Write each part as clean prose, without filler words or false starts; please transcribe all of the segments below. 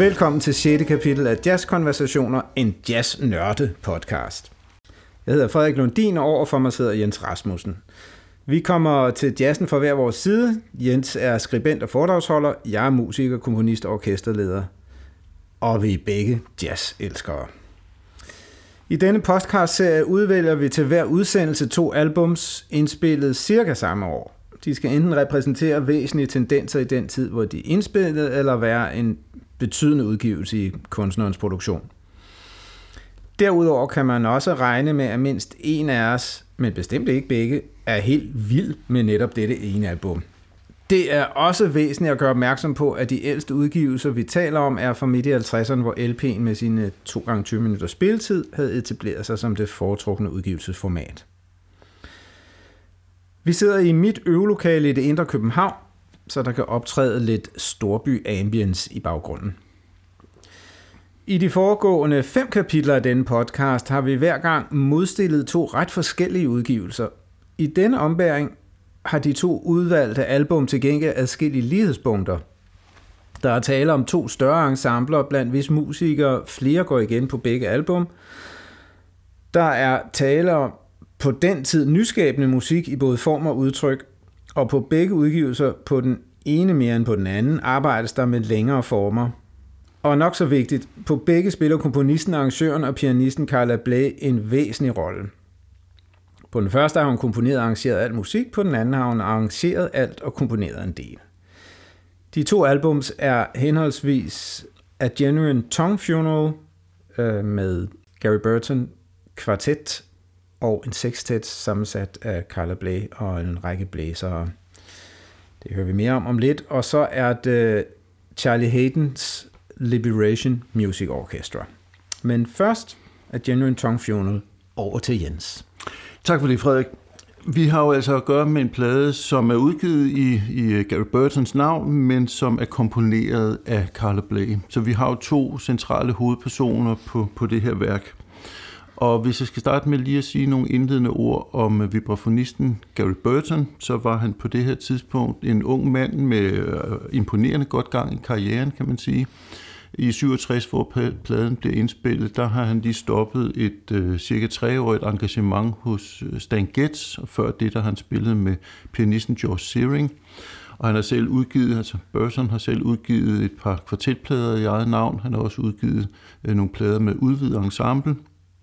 Velkommen til 6. kapitel af Jazzkonversationer, en jazz-nørde podcast. Jeg hedder Frederik Lundin, og overfor mig sidder Jens Rasmussen. Vi kommer til jazzen fra hver vores side. Jens er skribent og foredragsholder, jeg er musiker, komponist og orkesterleder. Og vi er begge jazzelskere. I denne podcast-serie udvælger vi til hver udsendelse 2 albums, indspillet cirka samme år. De skal enten repræsentere væsentlige tendenser i den tid, hvor de er indspillet, eller være en betydende udgivelse i kunstnerens produktion. Derudover kan man også regne med, at mindst en af os, men bestemt ikke begge, er helt vild med netop dette ene album. Det er også væsentligt at gøre opmærksom på, at de ældste udgivelser, vi taler om, er fra midt i 50'erne, hvor LP'en med sine 2x20 minutter spilletid havde etableret sig som det foretrukne udgivelsesformat. Vi sidder i mit øvelokale i det indre København, så der kan optræde lidt storby-ambience i baggrunden. I de foregående 5 kapitler af denne podcast har vi hver gang modstillet 2 ret forskellige udgivelser. I denne ombæring har de 2 udvalgte album til gengæld adskillige lighedspunkter. Der er tale om 2 større ensembler, blandt hvis musikere flere går igen på begge album. Der er tale om på den tid nyskabende musik i både form og udtryk, og på begge udgivelser, på den ene mere end på den anden, arbejdes der med længere former. Og nok så vigtigt, på begge spiller komponisten, arrangøren og pianisten Carla Bley en væsentlig rolle. På den første har hun komponeret og arrangeret alt musik, på den anden har hun arrangeret alt og komponeret en del. De 2 albums er henholdsvis A Genuine Tongue Funeral med Gary Burton kvartet og en sextet sammensat af Carla Bley og en række blæsere. Det hører vi mere om lidt. Og så er det Charlie Haydn's Liberation Music Orchestra. Men først A Genuine Tongue Funeral over til Jens. Tak for det, Frederik. Vi har jo altså at gøre med en plade, som er udgivet i Gary Burtons navn, men som er komponeret af Carla Bley. Så vi har jo 2 centrale hovedpersoner på det her værk. Og hvis jeg skal starte med lige at sige nogle indledende ord om vibrafonisten Gary Burton, så var han på det her tidspunkt en ung mand med imponerende godt gang i karrieren, kan man sige. I 67, hvor pladen bliver indspillet, der har han lige stoppet et cirka 3-årigt engagement hos Stan Getz, og før det, der har han spillet med pianisten George Shearing. Og han har selv udgivet, altså Burton har selv udgivet et par kvartetplader i eget navn. Han har også udgivet nogle plader med udvidet ensemble.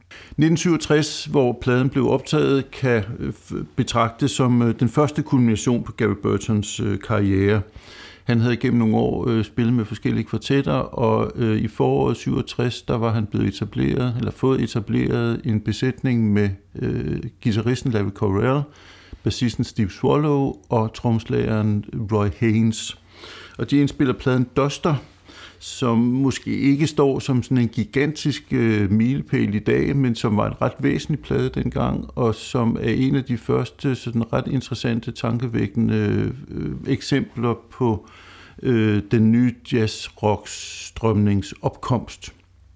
1967, hvor pladen blev optaget, kan betragtes som den første kulmination på Gary Burtons karriere. Han havde gennem nogle år spillet med forskellige kvartetter, og i foråret 67, der var han blevet fået etableret en besætning med guitaristen Larry Coryell, bassisten Steve Swallow og tromslageren Roy Haynes. Og de indspiller pladen Duster, som måske ikke står som sådan en gigantisk milepæl i dag, men som var en ret væsentlig plade dengang, og som er en af de første sådan ret interessante, tankevækkende eksempler på den nye jazz-rock-strømnings opkomst.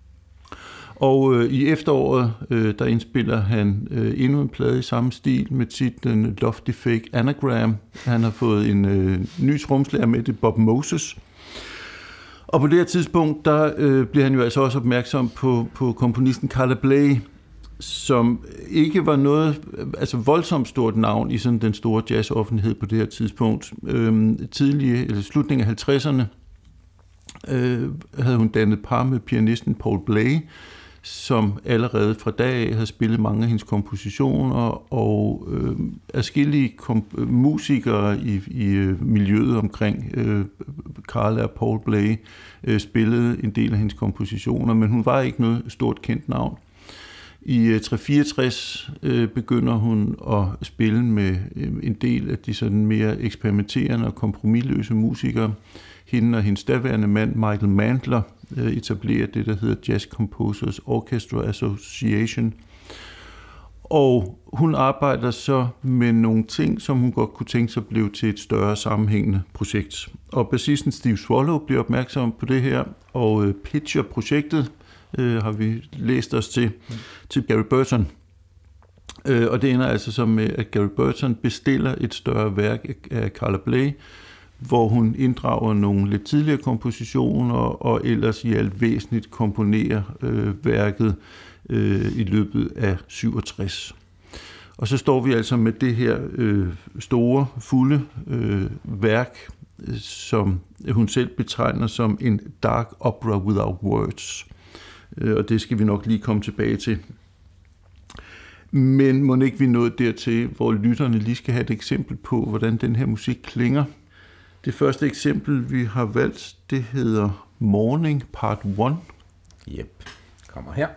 Og i efteråret, der indspiller han endnu en plade i samme stil med titlen Lofty Fake Anagram. Han har fået en ny tromslager med, det Bob Moses. Og på det her tidspunkt, der bliver han jo altså også opmærksom på komponisten Carla Bley, som ikke var noget voldsomt stort navn i sådan den store jazzoffentlighed på det her tidspunkt. Slutningen af 50'erne havde hun dannet par med pianisten Paul Bley, som allerede fra dag af havde spillet mange af hendes kompositioner, og adskillige musikere i miljøet omkring Carla og Paul Bley spillede en del af hendes kompositioner, men hun var ikke noget stort kendt navn. I 1964 begynder hun at spille med en del af de sådan mere eksperimenterende og kompromisløse musikere. Hende og hendes daværende mand Michael Mandler etablerer det, der hedder Jazz Composers Orchestra Association. Og hun arbejder så med nogle ting, som hun godt kunne tænke sig blev til et større sammenhængende projekt. Og bassisten Steve Swallow bliver opmærksom på det her, og pitcher projektet, har vi læst os til Gary Burton. Og det ender altså så med, at Gary Burton bestiller et større værk af Carla Bley, hvor hun inddrager nogle lidt tidligere kompositioner, og ellers i alt væsentligt komponerer værket i løbet af 67. Og så står vi altså med det her store, fulde værk, som hun selv betegner som en dark opera without words. Og det skal vi nok lige komme tilbage til. Men må ikke vi nået dertil, hvor lytterne lige skal have et eksempel på, hvordan den her musik klinger. Det første eksempel, vi har valgt, det hedder Morning Part 1. Yep, kommer her.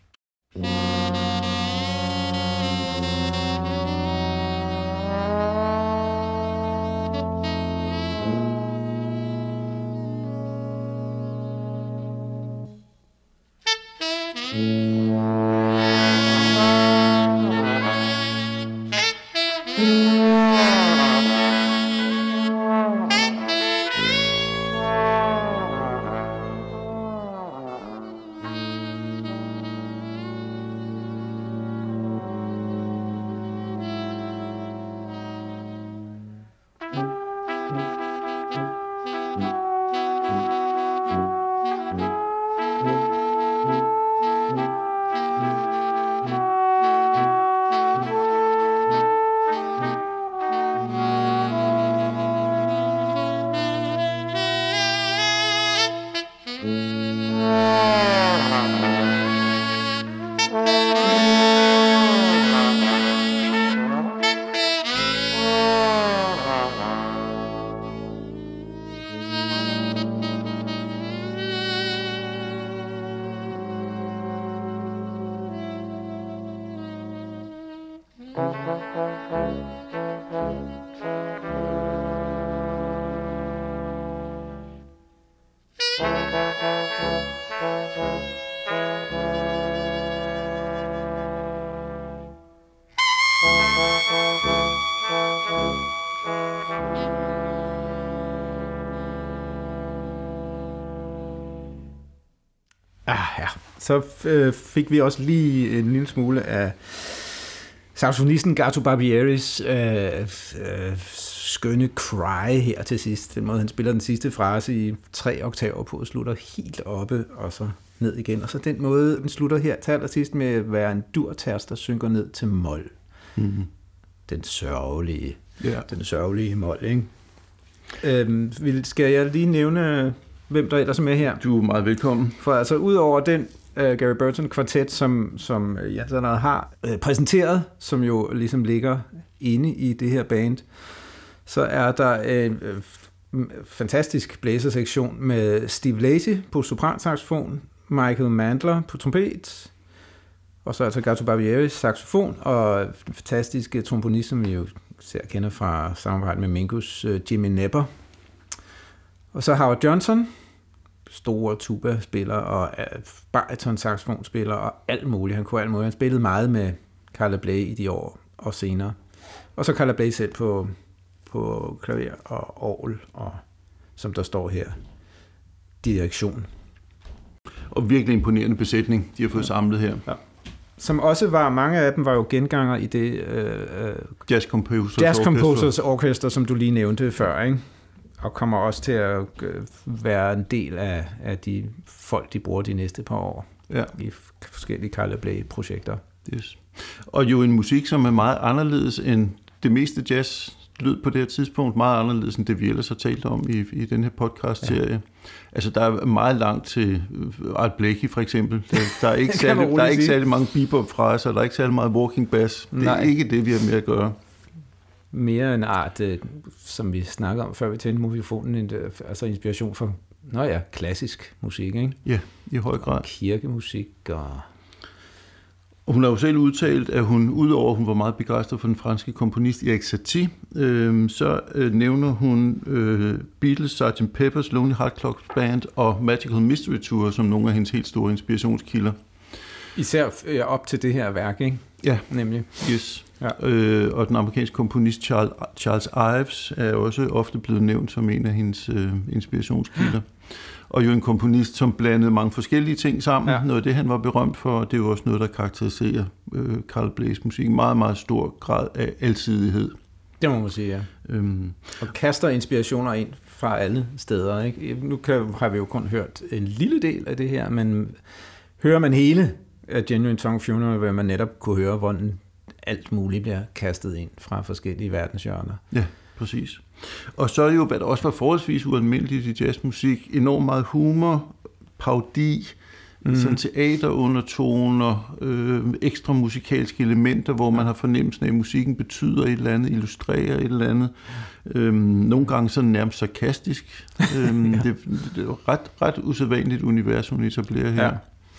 Så fik vi også lige en lille smule af saxofonisten Gato Barbieris skønne cry her til sidst. Den måde, han spiller den sidste frase i 3 oktaver på, og slutter helt oppe, og så ned igen. Og så den måde, den slutter her til allersidst med at være en dur-ters, der synker ned til mol. Mm-hmm. Den sørgelige mol, ikke? Skal jeg lige nævne, hvem der ellers er med her? Du er meget velkommen. For altså, ud over den Gary Burton kvartet, som jeg sådan noget har præsenteret, som jo ligesom ligger inde i det her band, så er der en fantastisk blæsersektion med Steve Lacy på sopransaxofon, Michael Mandler på trompet, og så altså Gato Barbieris saxofon, og den fantastiske trombonist, som vi jo kender fra samarbejdet med Mingus, Jimmy Nepper. Og så Howard Johnson, store tuba-spiller og bariton-saxofonspiller og alt muligt. Han kunne alt muligt. Han spillede meget med Carla Bley i de år og senere. Og så Carla Bley selv på klaver og orgel, og som der står her, direktion. Og virkelig imponerende besætning, de har fået samlet her. Ja. Som også var, mange af dem var jo genganger i det Jazz Composers Orchestra, som du lige nævnte før, ikke? Og kommer også til at være en del af de folk, de bruger de næste par år i forskellige Carla Bley-projekter. Yes. Og jo en musik, som er meget anderledes end det meste jazz lød på det her tidspunkt, meget anderledes end det, vi ellers har talt om i den her podcast-serie. Ja. Altså, der er meget langt til Art Blakey, for eksempel. Der er ikke særlig mange bebop-fraser, der er ikke særlig meget walking bass. Det er ikke det, vi har med at gøre. Mere en art, som vi snakker om, før vi tændte mobifonen, altså inspiration for, klassisk musik, ikke? Ja, i høj grad. Og kirkemusik og hun har jo selv udtalt, at hun, udover at hun var meget begejstret for den franske komponist Erik Satie, så nævner hun Beatles, Sgt. Pepper's Lonely Hearts Club Band og Magical Mystery Tour som nogle af hendes helt store inspirationskilder. Især op til det her værk, ikke? Ja, nemlig. Yes. Ja. Og den amerikanske komponist Charles Ives er også ofte blevet nævnt som en af hendes inspirationskilder. Og jo en komponist, som blandede mange forskellige ting sammen. Ja. Noget af det, han var berømt for, det er jo også noget, der karakteriserer Carla Bleys musik. Meget, meget stor grad af alsidighed. Det må man sige, ja. Og kaster inspirationer ind fra alle steder, ikke? Nu har vi jo kun hørt en lille del af det her, men hører man hele af Genuine Tongue Funeral, vil man netop kunne høre, hvordan alt muligt bliver kastet ind fra forskellige verdenshjørner. Ja, præcis. Og så er jo, hvad der også var forholdsvis ualmindeligt i jazzmusik, enormt meget humor, parodi, sådan teaterundertoner, ekstra musikalske elementer, hvor man har fornemmelsen af, at musikken betyder et eller andet, illustrerer et eller andet. Nogle gange sådan nærmest sarkastisk. Det er jo ret usædvanligt univers, hun etablerer her. Ja.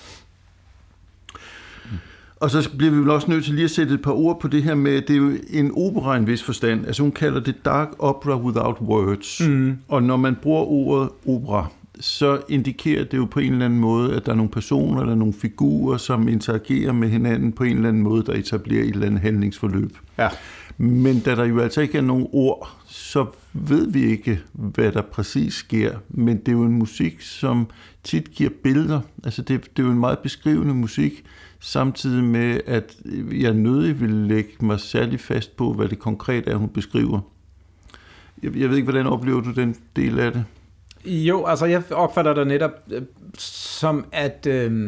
Og så bliver vi jo også nødt til lige at sætte et par ord på det her med, det er jo en opera i en vis forstand. Altså hun kalder det dark opera without words. Og når man bruger ordet opera, så indikerer det jo på en eller anden måde, at der er nogle personer eller nogle figurer, som interagerer med hinanden på en eller anden måde, der etablerer et eller andet handlingsforløb. Ja. Men da der jo altså ikke er nogen ord, så ved vi ikke, hvad der præcis sker. Men det er jo en musik, som tit giver billeder. Altså det er jo en meget beskrivende musik, samtidig med, at jeg nødig vil lægge mig særlig fast på, hvad det konkret er, hun beskriver. Jeg ved ikke, hvordan oplever du den del af det? Jo, altså jeg opfatter det netop som, at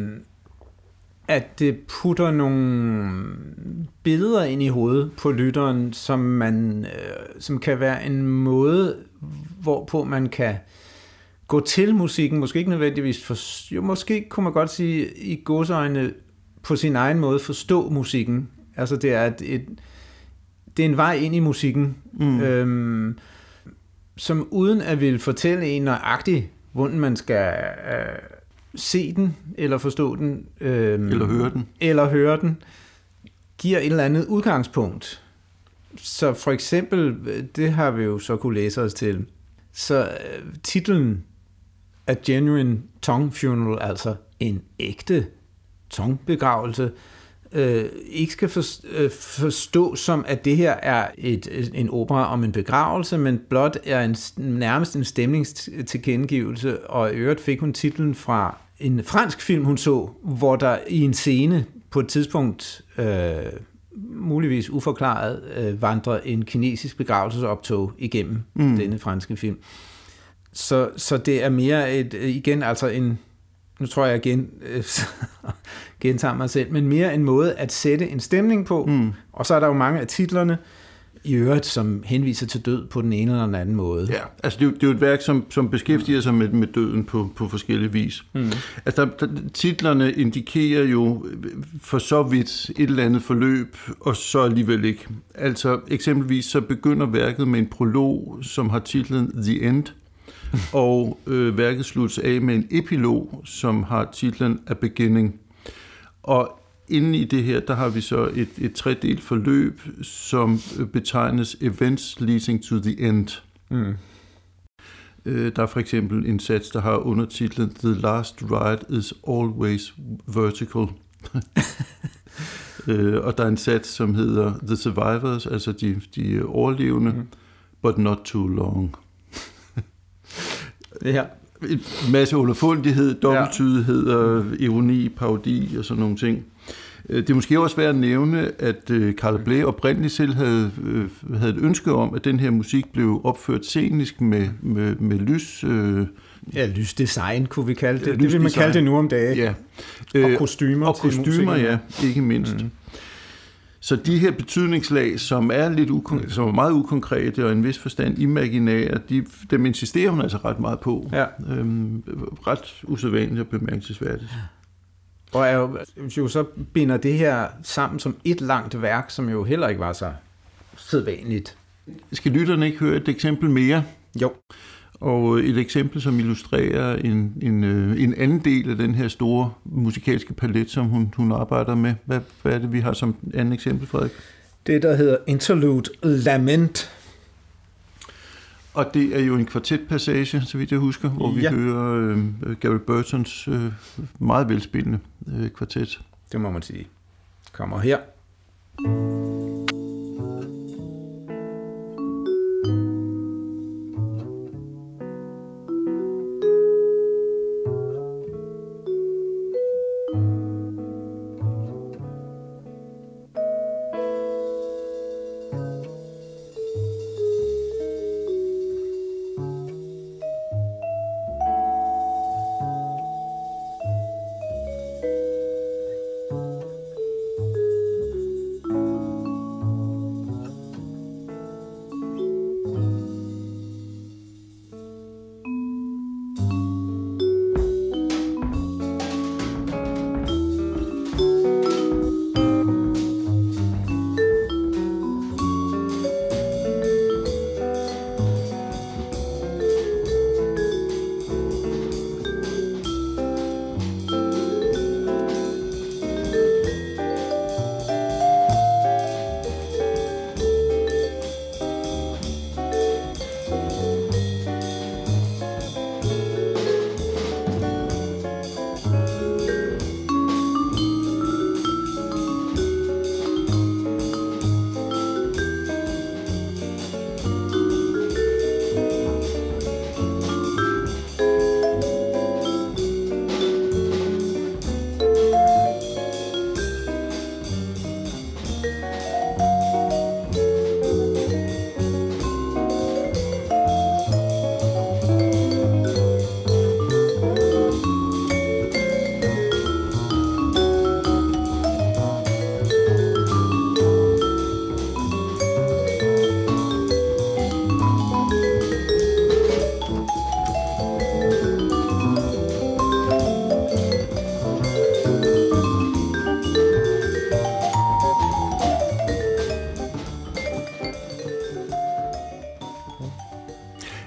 det putter nogle billeder ind i hovedet på lytteren, som kan være en måde, hvorpå man kan gå til musikken, måske ikke nødvendigvis måske kunne man godt sige i gåseøjne på sin egen måde forstå musikken. Altså det er det er en vej ind i musikken, som uden at ville fortælle en nøjagtigt, hvordan man skal se den, eller forstå den, eller høre den, giver et eller andet udgangspunkt. Så for eksempel, det har vi jo så kunne læse os til, så titlen af Genuine Tongue Funeral, altså en ægte tungbegravelse, ikke skal forstå som, at det her er en opera om en begravelse, men blot er nærmest en stemningstilkendegivelse, og i øvrigt fik hun titlen fra en fransk film, hun så, hvor der i en scene på et tidspunkt, muligvis uforklaret, vandrer en kinesisk begravelsesoptog igennem denne franske film. Så det er mere igen altså en, nu tror jeg gentager mig selv, men mere en måde at sætte en stemning på, og så er der jo mange af titlerne i øvrigt, som henviser til død på den ene eller den anden måde. Ja, altså det er jo et værk, som beskæftiger sig med døden på forskellige vis. Altså titlerne indikerer jo for så vidt et eller andet forløb, og så alligevel ikke. Altså eksempelvis så begynder værket med en prolog, som har titlen The End, og værket sluttes af med en epilog, som har titlen A Beginning. Og inden i det her, der har vi så et tredelt forløb, som betegnes Events Leading to the End. Der er for eksempel en sats, der har undertitlen The Last Ride is Always Vertical. Og der er en sats, som hedder The Survivors, altså de overlevende, but not too long. Det her. En masse underfundighed, dobbelttydighed, ironi, parodi og sådan nogle ting. Det er måske også værd at nævne, at Carla Bley oprindeligt selv havde et ønske om, at den her musik blev opført scenisk med lys. Lysdesign kunne vi kalde det. Det vil man kalde det nu om dagen. Ja. Og kostymer. Og kostymer, ja, ikke mindst. Så de her betydningslag, som er meget ukonkrete og i en vis forstand imaginære, dem insisterer hun altså ret meget på. Ja. Ret usædvanligt og bemærkelsesværdigt. Og jo så binder det her sammen som et langt værk, som jo heller ikke var så sædvanligt. Skal lytterne ikke høre et eksempel mere? Jo. Og et eksempel, som illustrerer en anden del af den her store musikalske palet, som hun arbejder med. Hvad er det, vi har som andet eksempel, Frederik? Det, der hedder Interlude Lament. Og det er jo en kvartetpassage, så vidt jeg husker, hvor vi hører Gary Burtons meget velspillende kvartet. Det må man sige. Kommer her.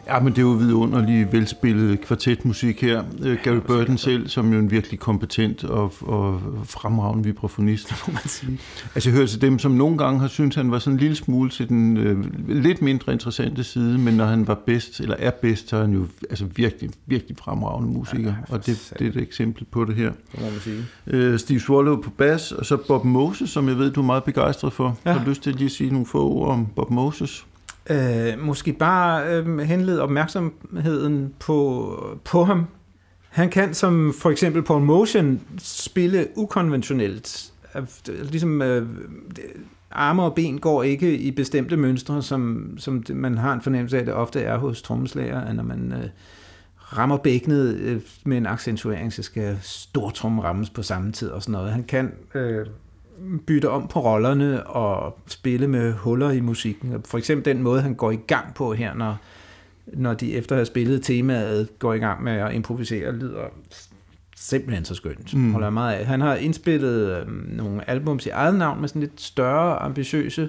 Ja, men det er jo vidunderligt velspillet kvartetmusik her. Gary Burton selv, som jo en virkelig kompetent og fremragende vibrafonist, må man sige. Altså jeg hører til dem, som nogle gange har syntes, han var sådan en lille smule til den lidt mindre interessante side, men når han var bedst, eller er bedst, så er han jo altså virkelig, virkelig fremragende musiker. Ja, og det er et eksempel på det her. Det må man sige. Steve Swallow på bas, og så Bob Moses, som jeg ved, du er meget begejstret for. Ja. Har du lyst til at lige sige nogle få ord om Bob Moses? Måske bare henlede opmærksomheden på ham. Han kan som for eksempel Paul Motion spille ukonventionelt. Ligesom arme og ben går ikke i bestemte mønstre, som man har en fornemmelse af, det ofte er hos trommeslager, når man rammer bækkenet med en accentuering, så skal stortrommen rammes på samme tid og sådan noget. Han kan bytte om på rollerne og spille med huller i musikken. For eksempel den måde, han går i gang på her, når de efter at have spillet temaet går i gang med at improvisere, lyder simpelthen så skønt. Holder jeg meget af. Han har indspillet nogle albums i eget navn med sådan lidt større, ambitiøse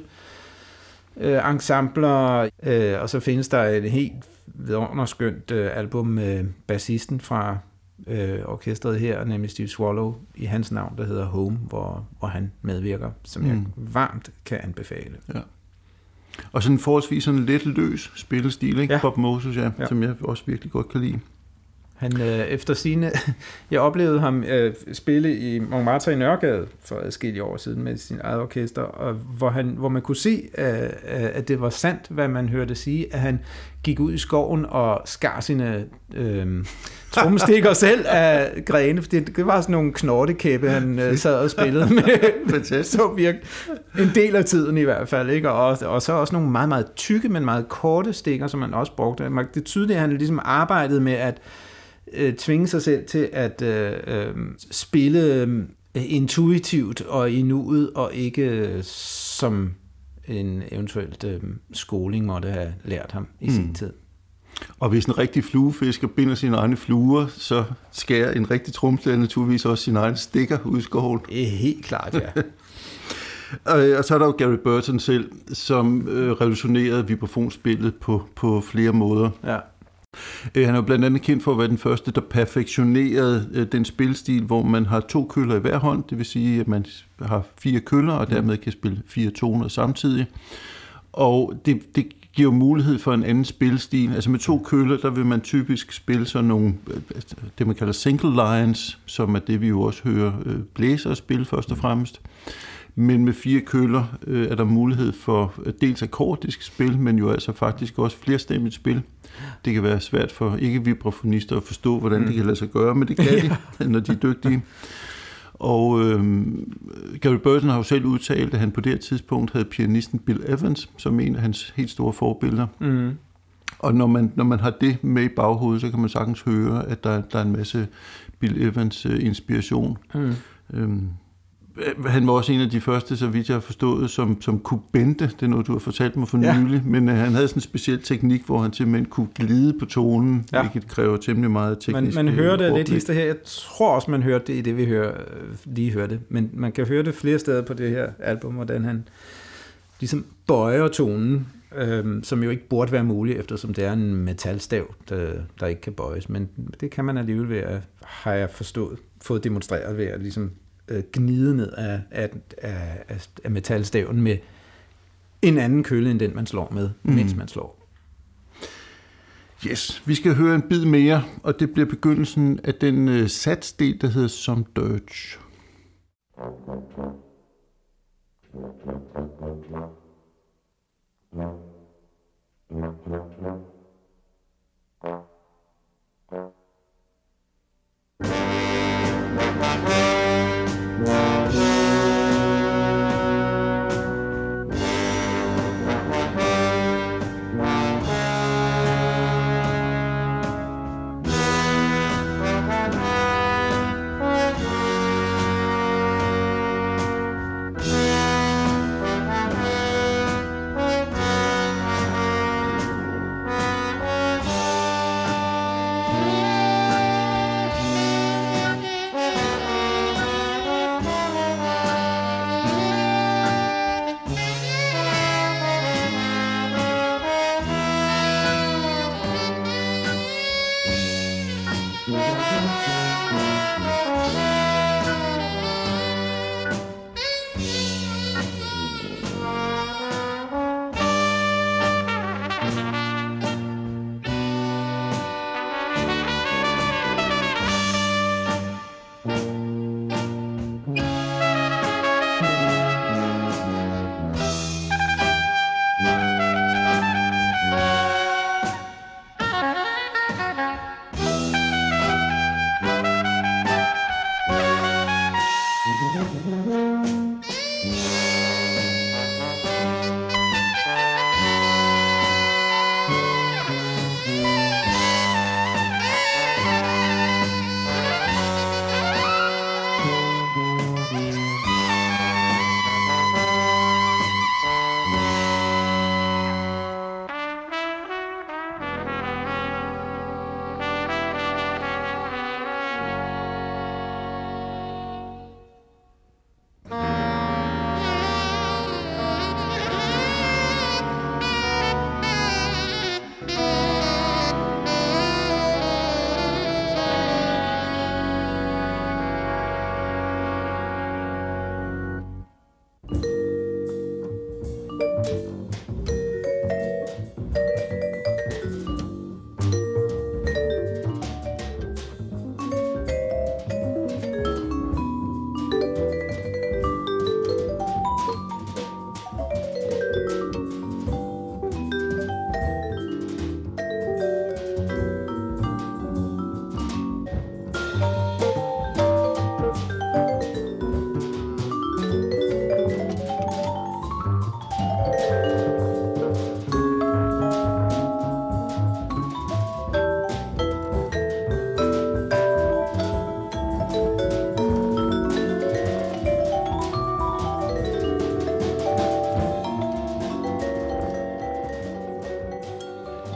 ensembler, og så findes der et helt vidunderskønt album med bassisten fra orkestret her, nemlig Steve Swallow, i hans navn, der hedder Home, hvor han medvirker, som jeg varmt kan anbefale. Ja. Og sådan forholdsvis sådan en lidt løs spillestil, ikke? Ja. Bob Moses, ja, som jeg også virkelig godt kan lide. Han efter sine... Jeg oplevede ham spille i Montmartre i Nørregade for adskillige år siden med sin eget orkester, og hvor man kunne se, at det var sandt, hvad man hørte sige, at han gik ud i skoven og skar sine trommestikker selv af grene, fordi det var sådan nogle knortekæppe, han sad og spillede med. Så virkelig en del af tiden i hvert fald, ikke? Og så også nogle meget, meget tykke, men meget korte stikker, som man også brugte. Det er tydeligt, at han ligesom arbejdede med at tvinge sig selv til at spille intuitivt og i nuet, og ikke som en eventuelt skoling måtte have lært ham i sin tid. Og hvis en rigtig fluefisker binder sine egne fluer, så skærer en rigtig trommeslager naturligvis også sine egne stikker ud i skoven. Helt klart, ja. Og så er der jo Gary Burton selv, som revolutionerede vibrafonspillet på flere måder. Ja. Han er jo blandt andet kendt for at være den første, der perfektionerede den spilstil, hvor man har 2 køller i hver hånd, det vil sige, at man har 4 køller, og dermed kan spille 4 toner samtidig. Og det giver mulighed for en anden spilstil. Altså med 2 køller, der vil man typisk spille sådan nogle, det man kalder single lines, som er det, vi jo også hører blæsere spille først og fremmest. Men med 4 køller er der mulighed for dels akkordisk spil, men jo altså faktisk også flerstemmigt spil. Det kan være svært for ikke-vibrafonister at forstå, hvordan det kan lade sig gøre, men det kan de, når de er dygtige. Og Gary Burton har jo selv udtalt, at han på det her tidspunkt havde pianisten Bill Evans som en af hans helt store forbilleder. Og når man har det med i baghovedet, så kan man sagtens høre, at der er en masse Bill Evans inspiration. Han var også en af de første, så vidt jeg har forstået, som kunne bende. Det er noget, du har fortalt mig for nylig. Men han havde sådan en speciel teknik, hvor han simpelthen kunne glide på tonen, hvilket kræver temmelig meget teknisk. Man hører det lidt hister her. Jeg tror også, man hørte det i det, vi lige hørte. Men man kan høre det flere steder på det her album, hvordan han ligesom bøjer tonen, som jo ikke burde være muligt, eftersom det er en metalstav, der ikke kan bøjes. Men det kan man alligevel ved at, har jeg forstået, fået demonstreret ved at ligesom gnide ned af metalstaven med en anden kølle end den, man slår med, mens man slår. Yes, vi skal høre en bid mere, og det bliver begyndelsen af den satsdel, der hedder Some Dirge.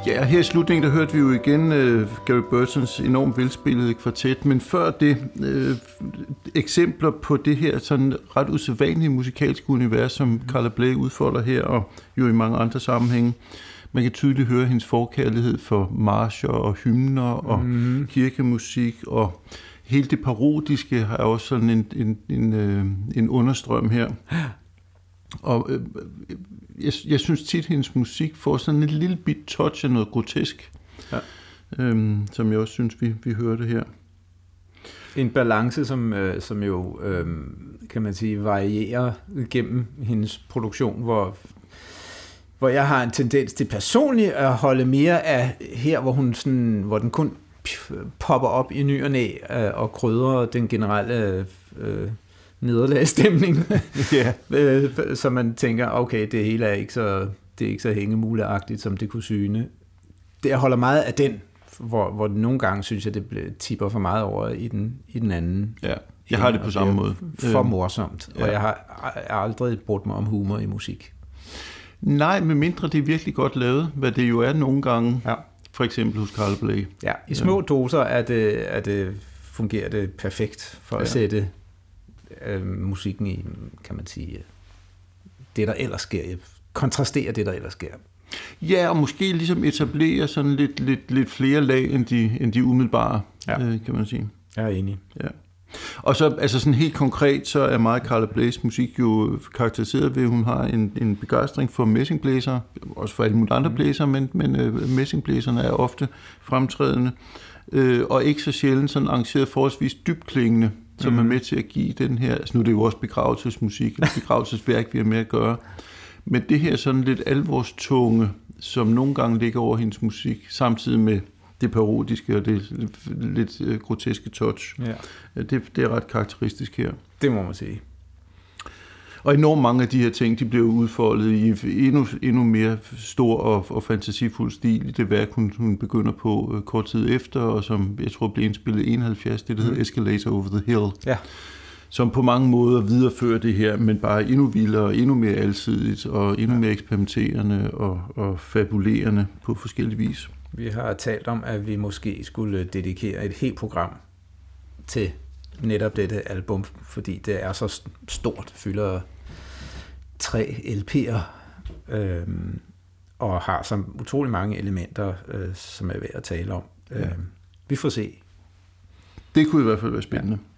Ja, her i slutningen, der hørte vi jo igen Gary Burtons enormt velspillede kvartet, men før det eksempler på det her sådan ret usædvanlige musikalske univers, som Carla Bley udfolder her, og jo i mange andre sammenhænge. Man kan tydeligt høre hendes forkærlighed for marcher og hymner og kirkemusik, og hele det parodiske har også sådan en understrøm her. Og jeg synes tit, at hendes musik får sådan en lille bit touch af noget grotesk, som jeg også synes, vi hørte her. En balance, som jo, kan man sige, varierer gennem hendes produktion, hvor jeg har en tendens til personligt at holde mere af her, hvor den kun popper op i ny og næ og krydrer den generelle nederlagsstemning, så man tænker, okay, det hele er ikke så hængemuleagtigt, som det kunne syne. Det jeg holder meget af den, hvor nogle gange synes jeg, det tipper for meget over i den anden. Ja, jeg har det på samme måde. For morsomt, og jeg har aldrig brugt mig om humor i musik. Nej, med mindre det er virkelig godt lavet, hvad det jo er nogle gange, for eksempel hos Carla Bley. Ja, i små doser fungerer det perfekt for at sætte musikken i, kan man sige, det der ellers sker, kontrastere det der ellers sker. Ja, og måske ligesom etablere sådan lidt flere lag end de umiddelbare, kan man sige. Jeg er enig. Ja. Og så altså sådan helt konkret, så er meget Carla Bleys musik jo karakteriseret ved, at hun har en begejstring for messingblæsere, også for alle mulige andre blæsere, men messingblæserne er ofte fremtrædende, og ikke så sjældent sådan arrangeret forholdsvis dybklingende, som er med til at give den her, altså nu er det jo også begravelsesmusik, begravelsesværk, vi har med at gøre, men det her sådan lidt alvorstunge, som nogle gange ligger over hendes musik, samtidig med det parodiske og det lidt groteske touch. Ja. Det er ret karakteristisk her. Det må man sige. Og enormt mange af de her ting, de blev udfoldet i endnu mere stor og fantasifuld stil i det værk, hun begynder på kort tid efter, og som jeg tror blev indspillet i 71, det der hedder Escalator Over the Hill. Ja. Som på mange måder viderefører det her, men bare endnu vildere, endnu mere alsidigt, og endnu mere eksperimenterende og fabulerende på forskellige vis. Vi har talt om, at vi måske skulle dedikere et helt program til netop dette album, fordi det er så stort, fylder 3 LP'er, og har så utrolig mange elementer, som er værd at tale om. Vi får se. Det kunne i hvert fald være spændende. Ja.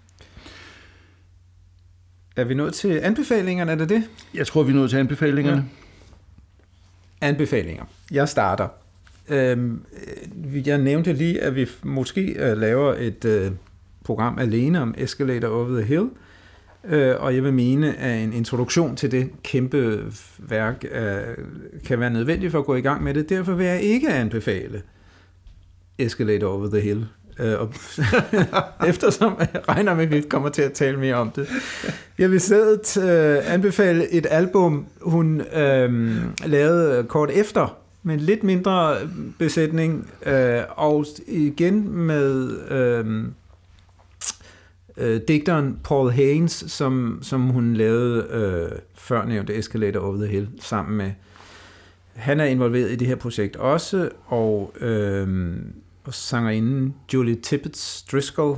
Er vi nået til anbefalingerne, er det det? Jeg tror, vi er nået til anbefalingerne. Ja. Anbefalinger. Jeg starter. Jeg nævnte lige, at vi måske laver et program alene om Escalator Over the Hill, og jeg vil mene, at en introduktion til det kæmpe værk kan være nødvendig for at gå i gang med det. Derfor vil jeg ikke anbefale Escalator Over the Hill, eftersom jeg regner med, at vi kommer til at tale mere om det. Jeg vil stedet anbefale et album, hun lavede kort efter, med en lidt mindre besætning, og igen med digteren Paul Haynes, som hun lavede før nævnte Escalator Over the Hill sammen med. Han er involveret i det her projekt også, og sangerinden Julie Tippett Driscoll.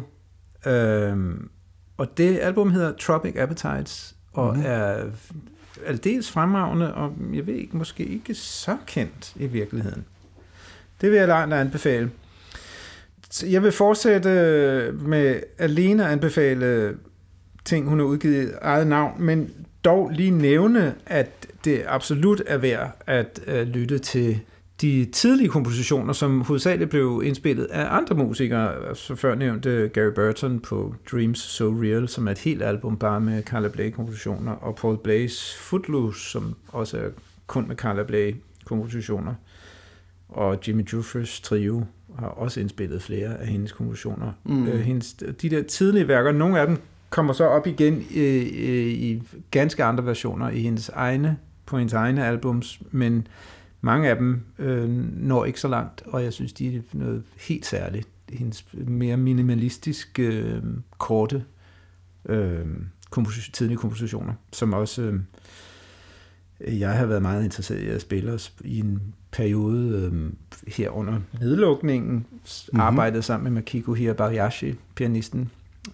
Og det album hedder Tropic Appetites, og er aldeles fremragende, og jeg ved ikke, måske ikke så kendt i virkeligheden. Det vil jeg langt anbefale. Jeg vil fortsætte med alene at anbefale ting, hun har udgivet i eget navn, men dog lige nævne, at det absolut er værd at lytte til de tidlige kompositioner, som hovedsageligt blev indspillet af andre musikere, altså før nævnte Gary Burton på Dreams So Real, som er et helt album bare med Carla Bley-kompositioner, og Paul Blays Footloose, som også er kun med Carla Bley-kompositioner, og Jimmy Jeffers trio har også indspillet flere af hendes kompositioner. De der tidlige værker, nogle af dem kommer så op igen i ganske andre versioner på hendes egne albums, men mange af dem når ikke så langt, og jeg synes, de er noget helt særligt. Hendes mere minimalistisk korte tidlige kompositioner, som også Jeg har været meget interesseret i at spille i en periode her under nedlukningen, arbejdede sammen med Makiko Hirabayashi, pianisten,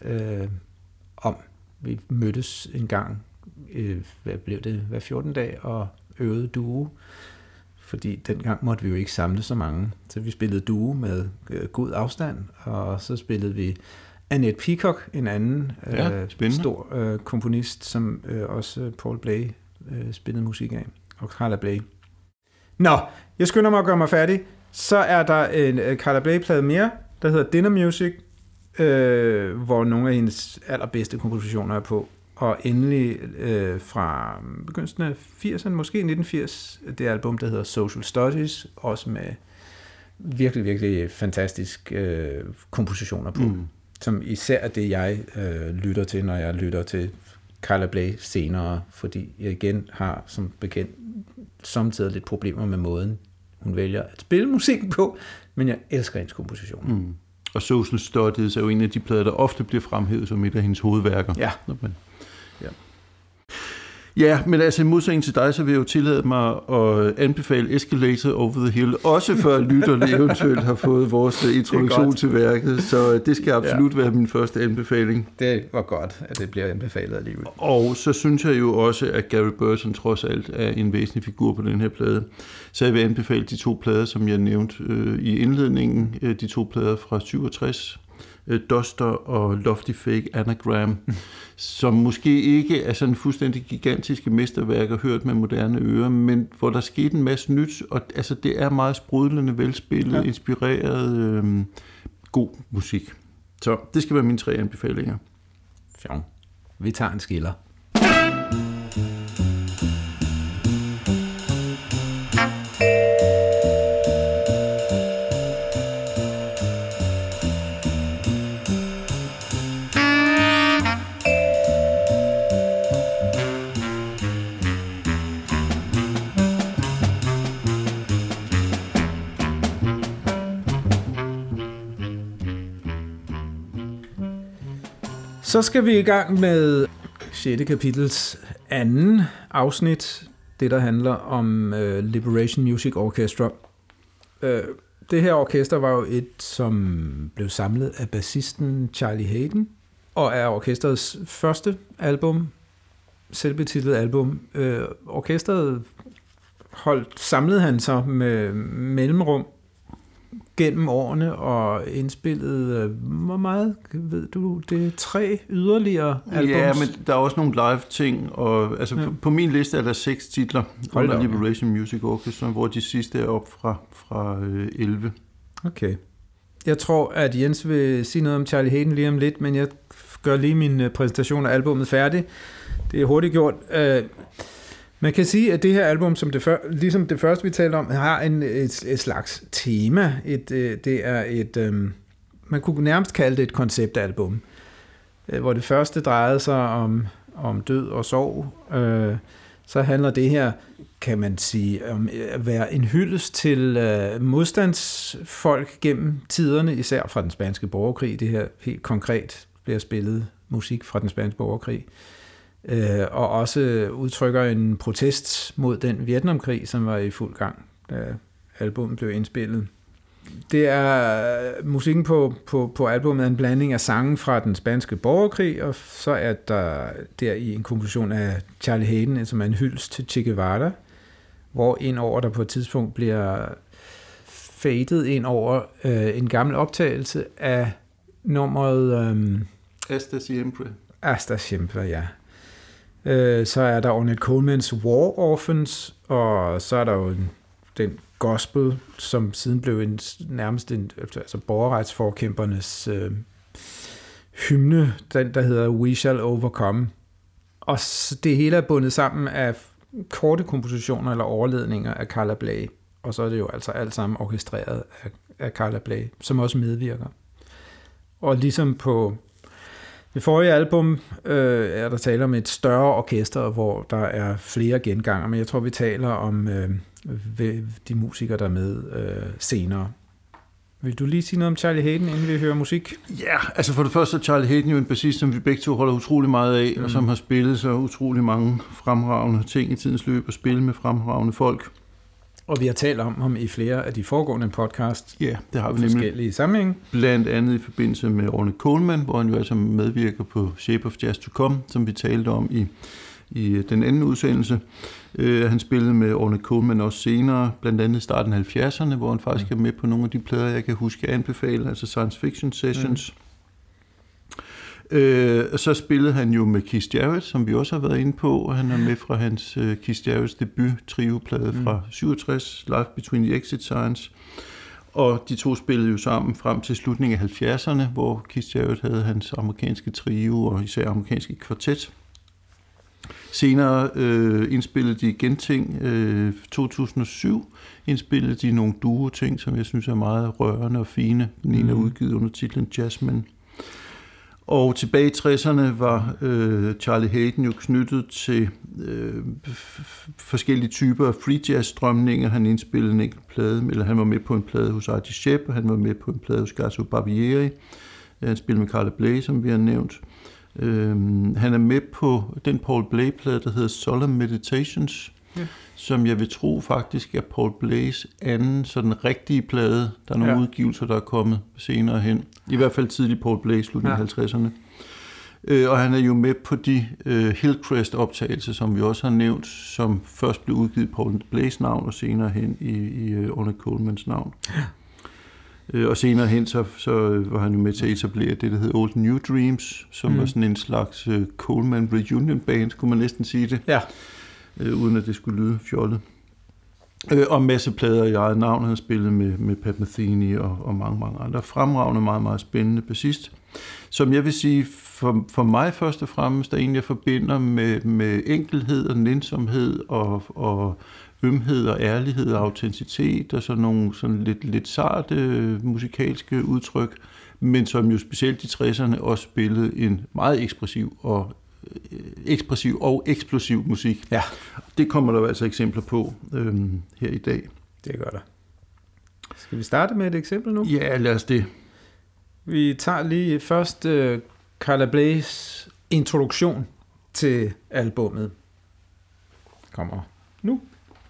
vi mødtes en gang, hvad blev det, hver 14 dage, og øvede duo, fordi dengang måtte vi jo ikke samle så mange, så vi spillede duo med god afstand, og så spillede vi Annette Peacock, en anden stor komponist, som også Paul Bley spillede musik af, og Carla Bley. Nå, jeg skynder mig at gøre mig færdig. Så er der en Carla Bley-plade mere, der hedder Dinner Music, hvor nogle af hendes allerbedste kompositioner er på. Og endelig fra begyndelsen af 80'erne, måske 1980, det album, der hedder Social Studies, også med virkelig, virkelig fantastiske kompositioner på, som især er det, jeg lytter til, når jeg lytter til Carla Bley senere, fordi jeg igen har, som bekendt, samtidig lidt problemer med måden, hun vælger at spille musikken på, men jeg elsker hendes kompositioner. Og Social Studies er jo en af de plader, der ofte bliver fremhævet som et af hendes hovedværker. Ja. Ja, men altså i modsætning til dig, så vil jeg jo tillade mig at anbefale Escalator Over the Hill, også før lytterne eventuelt har fået vores introduktion til værket, så det skal absolut være min første anbefaling. Det var godt, at det bliver anbefalet alligevel. Og så synes jeg jo også, at Gary Burton trods alt er en væsentlig figur på den her plade. Så jeg vil anbefale de 2 plader, som jeg nævnte i indledningen, de 2 plader fra 67, Duster og Lofty Fake Anagram, som måske ikke er sådan fuldstændig gigantiske mesterværker hørt med moderne ører, men hvor der skete en masse nyt, og altså det er meget sprudlende, velspillet, inspireret, god musik. Så det skal være mine 3 anbefalinger. Fjong. Vi tager en skiller. Så skal vi i gang med 6. kapitels anden afsnit, det der handler om Liberation Music Orchestra. Det her orkester var jo et, som blev samlet af bassisten Charlie Hayden, og er orkestrets første album, selvbetitlet album. Orkestret samlede han så med mellemrum gennem årene og indspillede, hvor meget, ved du, det er 3 yderligere albums? Ja, men der er også nogle live-ting, og altså på min liste er der 6 titler under Liberation Music Orchestra, hvor de sidste er op fra 11. Okay. Jeg tror, at Jens vil sige noget om Charlie Hayden lige om lidt, men jeg gør lige min præsentation af albummet færdig. Det er hurtigt gjort. Man kan sige, at det her album, som ligesom det første, vi talte om, har et slags tema. Det er et, man kunne nærmest kalde det et konceptalbum, hvor det første drejede sig om død og sorg. Så handler det her, kan man sige, om at være en hyldest til modstandsfolk gennem tiderne, især fra den spanske borgerkrig. Det her helt konkret bliver spillet musik fra den spanske borgerkrig. Og også udtrykker en protest mod den Vietnamkrig, som var i fuld gang, da albumet blev indspillet. Det er musikken på albumet er en blanding af sange fra den spanske borgerkrig, og så er der i en komposition af Charlie Hayden, som er en hyldest til Che Guevara, hvor indover der på et tidspunkt bliver fadet ind over en gammel optagelse af nummeret Hasta Siempre. Hasta Siempre, ja. Så er der Ornette Colemans War Orphans, og så er der jo den gospel, som siden blev nærmest borgerretsforkæmpernes hymne, den der hedder We Shall Overcome. Og det hele er bundet sammen af korte kompositioner eller overledninger af Carla Bley, og så er det jo altså alt sammen orkestreret af Carla Bley, som også medvirker. Og ligesom på det forrige album er der tale om et større orkester, hvor der er flere genganger, men jeg tror, vi taler om de musikere, der er med senere. Vil du lige sige noget om Charlie Haden, inden vi hører musik? Ja, altså for det første er Charlie Haden jo en bassist, som vi begge to holder utrolig meget af, og som har spillet så utrolig mange fremragende ting i tidens løb, og spillet med fremragende folk. Og vi har talt om ham i flere af de foregående podcast. Ja, det har vi forskellige sammenhænge. Blandt andet i forbindelse med Ornette Coleman, hvor han jo altså medvirker på Shape of Jazz to Come, som vi talte om i den anden udsendelse. Han spillede med Ornette Coleman også senere, blandt andet i starten af 70'erne, hvor han faktisk er med på nogle af de plader, jeg kan huske at anbefale, altså Science Fiction Sessions. Så spillede han jo med Keith Jarrett, som vi også har været inde på, og han er med fra hans Keith Jarretts debut trioplade fra 67, Live Between the Exit Signs. Og de to spillede jo sammen frem til slutningen af 70'erne, hvor Keith Jarrett havde hans amerikanske trio og især amerikanske kvartet. Senere indspillede de igen ting. 2007 indspillede de nogle duo-ting, som jeg synes er meget rørende og fine. Den ene er udgivet under titlen Jazzman. Og tilbage i 60'erne var Charlie Haden jo knyttet til forskellige typer af free jazz-strømninger. Han indspillede en enkelt plade, eller han var med på en plade hos Artie Shepp, og han var med på en plade hos Gato Barbieri. Han spillede med Carla Bley, som vi har nævnt. Han er med på den Paul Bley-plade, der hedder Solemn Meditations, som jeg vil tro faktisk er Paul Bleys anden sådan rigtige plade. Der er nogle udgivelser, der er kommet senere hen. I hvert fald tidlig Paul Bley, slutningen af 50'erne. Og han er jo med på de Hillcrest-optagelser, som vi også har nævnt, som først blev udgivet i Paul Bleys navn, og senere hen i Ornette Colemans navn. Og senere hen, så var han jo med til at etablere det, der hed Old New Dreams, som var sådan en slags Coleman reunion band, kunne man næsten sige det. Ja. Uden at det skulle lyde fjollet. Og en masse plader i eget navn. Han spillede med Pat Metheny og mange, mange andre. Fremragende, meget, meget spændende bassist. Som jeg vil sige, for mig først og fremmest, der egentlig jeg forbinder med enkelhed og nænsomhed og ømhed og ærlighed og autenticitet og sådan nogle sådan lidt sarte musikalske udtryk, men som jo specielt i 60'erne også spillede en meget ekspressiv og eksplosiv musik. Ja. Det kommer der jo altså eksempler på her i dag. Det gør der. Skal vi starte med et eksempel nu? Ja, lad os det. Vi tager lige først Carla Bleys introduktion til albummet. Kommer nu.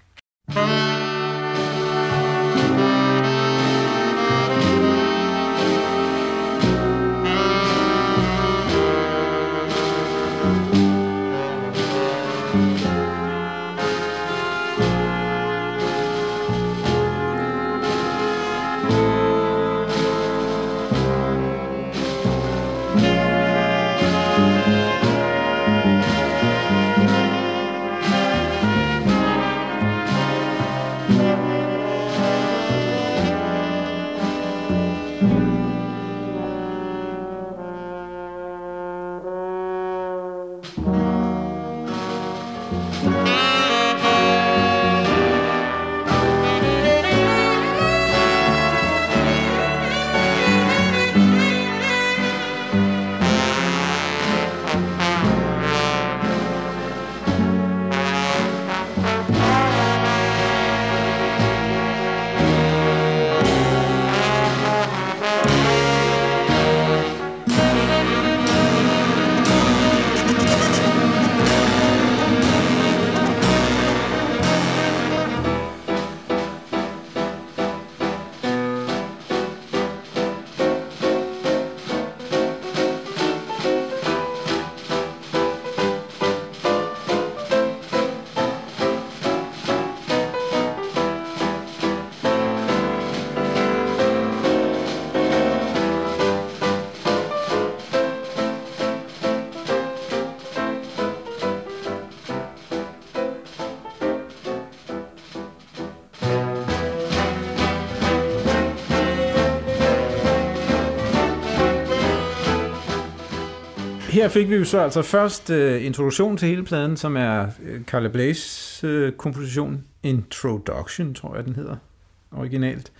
Her fik vi jo så altså først introduktion til hele pladen, som er Carla Bleys komposition. Introduction, tror jeg, den hedder originalt.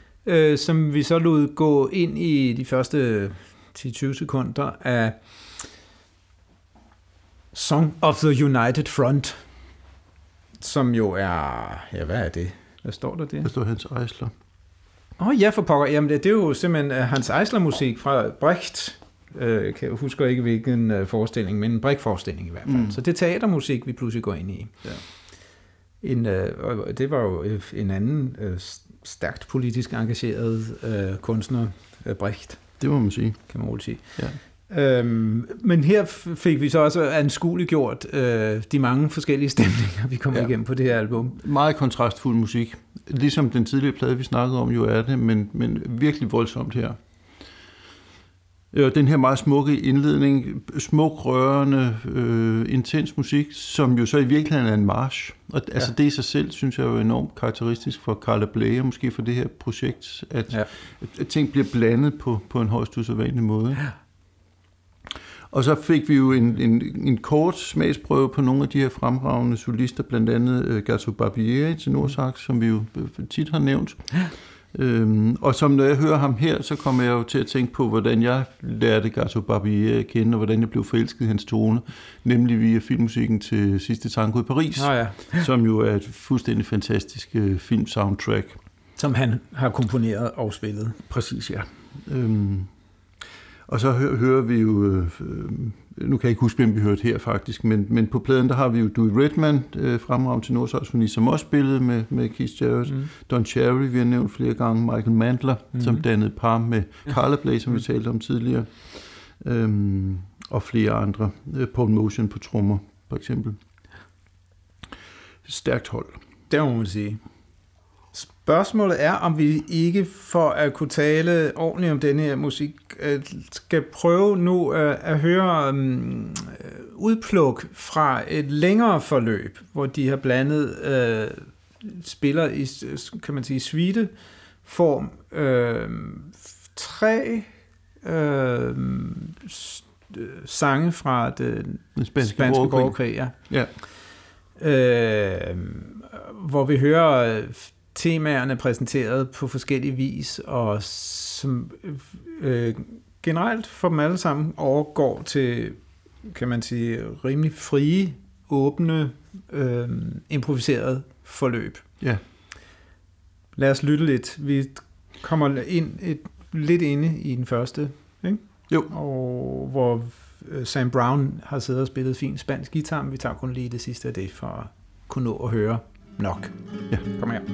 Som vi så lod gå ind i de første 10-20 sekunder af Song of the United Front, som jo er... Ja, hvad er det? Hvad står der der? Der står Hans Eisler. Ja, for pokker. Jamen, det er jo simpelthen Hans Eisler-musik fra Brecht. Jeg husker ikke, hvilken forestilling, men en Brecht-forestilling i hvert fald. Så det er teatermusik, vi pludselig går ind i. Ja. Det var jo en anden stærkt politisk engageret kunstner, Brecht. Det må man sige. Kan man roligt sige. Ja. Men her fik vi så også anskueliggjort de mange forskellige stemninger, vi kommer igennem på det her album. Meget kontrastfuld musik. Ligesom den tidligere plade, vi snakkede om, jo er det, men virkelig voldsomt her. Den her meget smukke indledning, smuk, rørende, intens musik, som jo så i virkeligheden er en march. Og altså det i sig selv, synes jeg er jo enormt karakteristisk for Carla Bley, og måske for det her projekt, at ting bliver blandet på en højst usædvanlig måde. Ja. Og så fik vi jo en kort smagsprøve på nogle af de her fremragende solister, blandt andet Gato Barbieri til Nordsax, som vi jo tit har nævnt. Og som når jeg hører ham her, så kommer jeg jo til at tænke på, hvordan jeg lærte Gato Barbieri at kende, og hvordan jeg blev forelsket i hans tone, nemlig via filmmusikken til Sidste Tango i Paris, som jo er et fuldstændig fantastisk filmsoundtrack. Som han har komponeret og spillet. Præcis, ja. Og så hører vi jo, nu kan jeg ikke huske, hvem vi hørte her faktisk, men på pladen, der har vi jo Dewey Redman, fremragende til Nordsøsfoni, som også spillede med Keith Jarrett. Don Cherry, vi har nævnt flere gange, Michael Mandler, som dannede par med Carla Bley, som vi talte om tidligere, og flere andre. Paul Motion på trommer, for eksempel. Stærkt hold. Det må man sige. Spørgsmålet er, om vi ikke for at kunne tale ordentligt om denne her musik, skal prøve nu at høre udpluk fra et længere forløb, hvor de har blandet spiller i, kan man sige, suiteform, 3 sange fra den spanske borgerkrig, hvor vi hører temaerne præsenteret på forskellige vis, og som generelt for dem alle sammen overgår til, kan man sige, rimelig frie, åbne, improviserede forløb. Ja. Lad os lytte lidt. Vi kommer lidt inde i den første, ikke? Jo. Og hvor Sam Brown har siddet og spillet fin spansk guitar, men vi tager kun lige det sidste af det, for at kunne nå at høre nok. Ja. Kom her.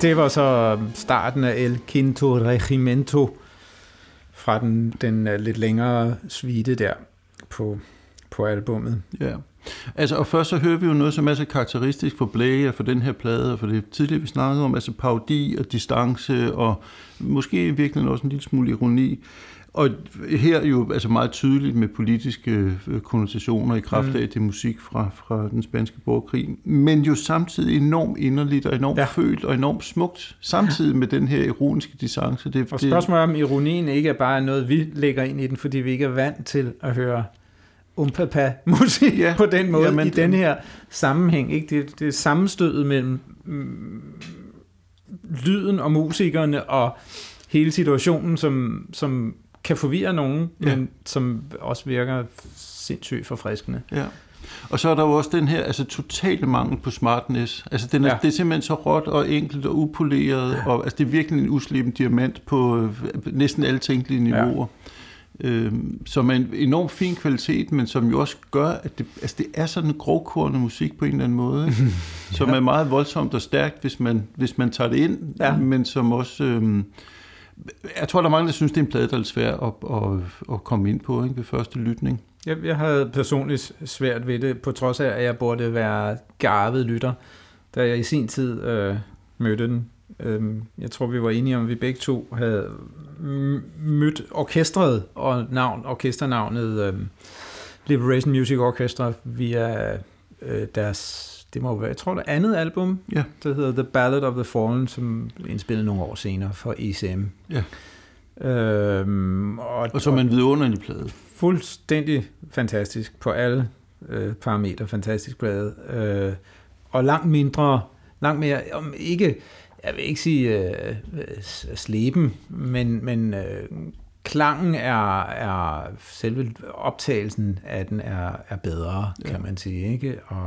Det var så starten af El Quinto Regimento fra den lidt længere suite der på albummet. Ja. Altså, og først så hører vi jo noget, som er så karakteristisk for Bley og for den her plade, og for det tidligere, vi snakkede om, altså parodi og distance, og måske i virkeligheden også en lille smule ironi. Og her jo altså meget tydeligt med politiske konnotationer i kraft af det musik fra den spanske borgerkrig, men jo samtidig enormt inderligt og enormt følt og enormt smukt, samtidig med den her ironiske distance. Og spørgsmålet om ironien ikke er bare noget, vi lægger ind i den, fordi vi ikke er vant til at høre Umpapa-musik på den måde, i den her sammenhæng. Ikke? Det er sammenstødet mellem lyden og musikerne og hele situationen, som kan forvirre nogen, men som også virker sindssygt forfriskende. Ja. Og så er der jo også den her altså totale mangel på smartness. Altså det er simpelthen så råt og enkelt og upoleret, og altså det er virkelig en uslippen diamant på næsten alle tænkelige niveauer. Som er en enormt fin kvalitet, men som jo også gør, at det er sådan en grovkornet musik på en eller anden måde, som er meget voldsomt og stærkt, hvis man tager det ind, men som også... jeg tror, der er mange, der synes, det er en plade, der er lidt svær at komme ind på, ikke, ved første lytning. Jeg havde personligt svært ved det, på trods af, at jeg burde være garvet lytter, da jeg i sin tid mødte den. Jeg tror, vi var enige om, at vi begge to havde mødt orkestret og orkesternavnet Liberation Music Orchestra via deres, det må være, jeg tror, det andet album, der hedder The Ballad of the Fallen, som indspillede nogle år senere for ECM. Ja. Og som en vidunderlig plade. Fuldstændig fantastisk på alle parametre, fantastisk plade. Og langt mere, ikke, jeg vil ikke sige sleben, men klangen er selve optagelsen af den er bedre, kan man sige, ikke? Og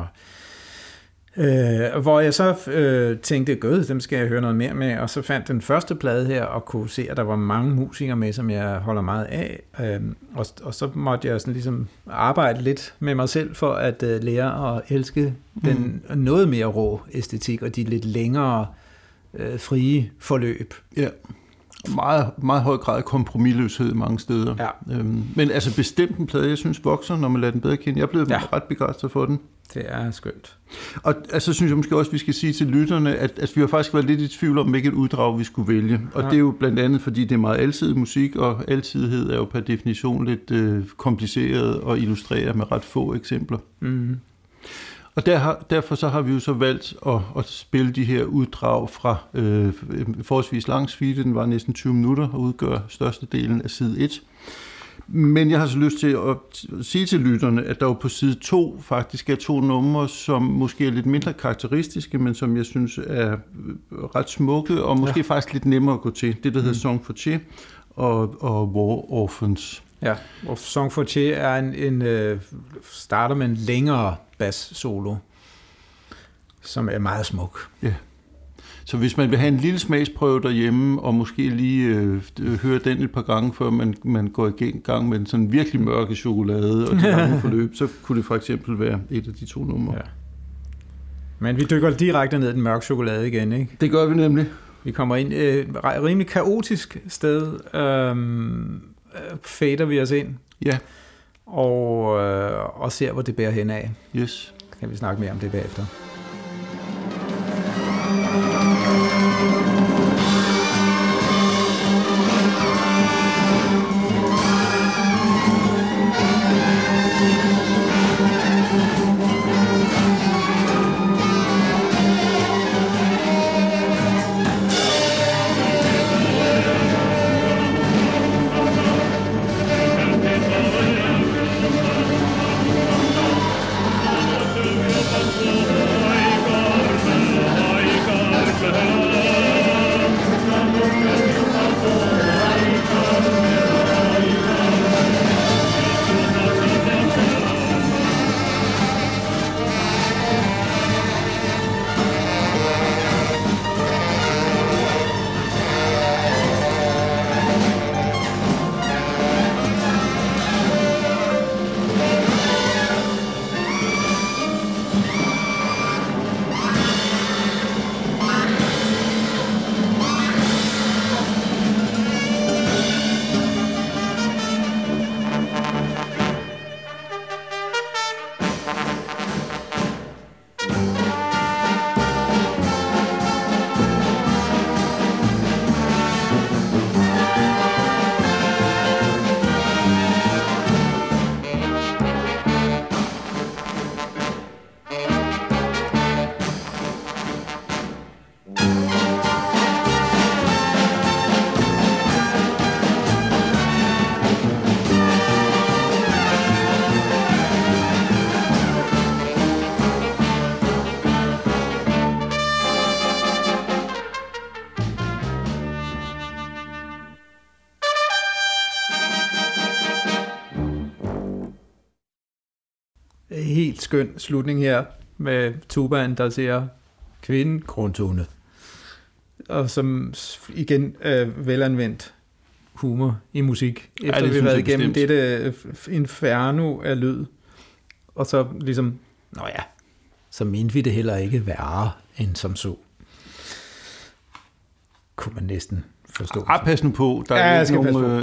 hvor jeg så tænkte, gud, dem skal jeg høre noget mere med, og så fandt den første plade her, og kunne se, at der var mange musikere med, som jeg holder meget af, og så måtte jeg sådan ligesom arbejde lidt med mig selv, for at lære at elske den noget mere rå æstetik, og de lidt længere frie forløb. Ja, meget, meget høj grad af kompromisløshed mange steder. Ja. Men altså bestemt en plade, jeg synes vokser, når man lader den bedre kende. Jeg er blevet ret begejstret for den. Det er skønt. Og altså synes jeg måske også, vi skal sige til lytterne, at vi har faktisk været lidt i tvivl om, hvilket uddrag vi skulle vælge. Og det er jo blandt andet, fordi det er meget alsidig musik, og alsidighed er jo per definition lidt kompliceret og illustrerer med ret få eksempler. Mm. Og derfor så har vi jo så valgt at spille de her uddrag fra forholdsvis lang suite. Den var næsten 20 minutter og udgør størstedelen af side 1. Men jeg har så lyst til at sige til lytterne, at der jo på side 2 faktisk er 2 numre, som måske er lidt mindre karakteristiske, men som jeg synes er ret smukke, og måske faktisk lidt nemmere at gå til. Det, der hedder Song for Che og War Orphans. Ja, og Song for Che er en starter med en længere bass-solo, som er meget smuk. Ja. Så hvis man vil have en lille smagsprøve derhjemme, og måske lige høre den et par gange, før man går i gang med en sådan virkelig mørke chokolade og de lange forløb, så kunne det for eksempel være et af de 2 numre. Ja. Men vi dykker direkte ned i den mørke chokolade igen, ikke? Det gør vi nemlig. Vi kommer ind et rimelig kaotisk sted, fader vi os ind, og ser, hvor det bærer hen af. Yes. Kan vi snakke mere om det bagefter. helt skøn slutning her med tubaen, der siger kvinden, grundtone. Og som igen velanvendt humor i musik, efter vi har været igennem dette inferno af lyd. Og så ligesom, så mente vi det heller ikke værre end som så. Kunne man næsten forstå. Pas nu på. Der er ikke nogen...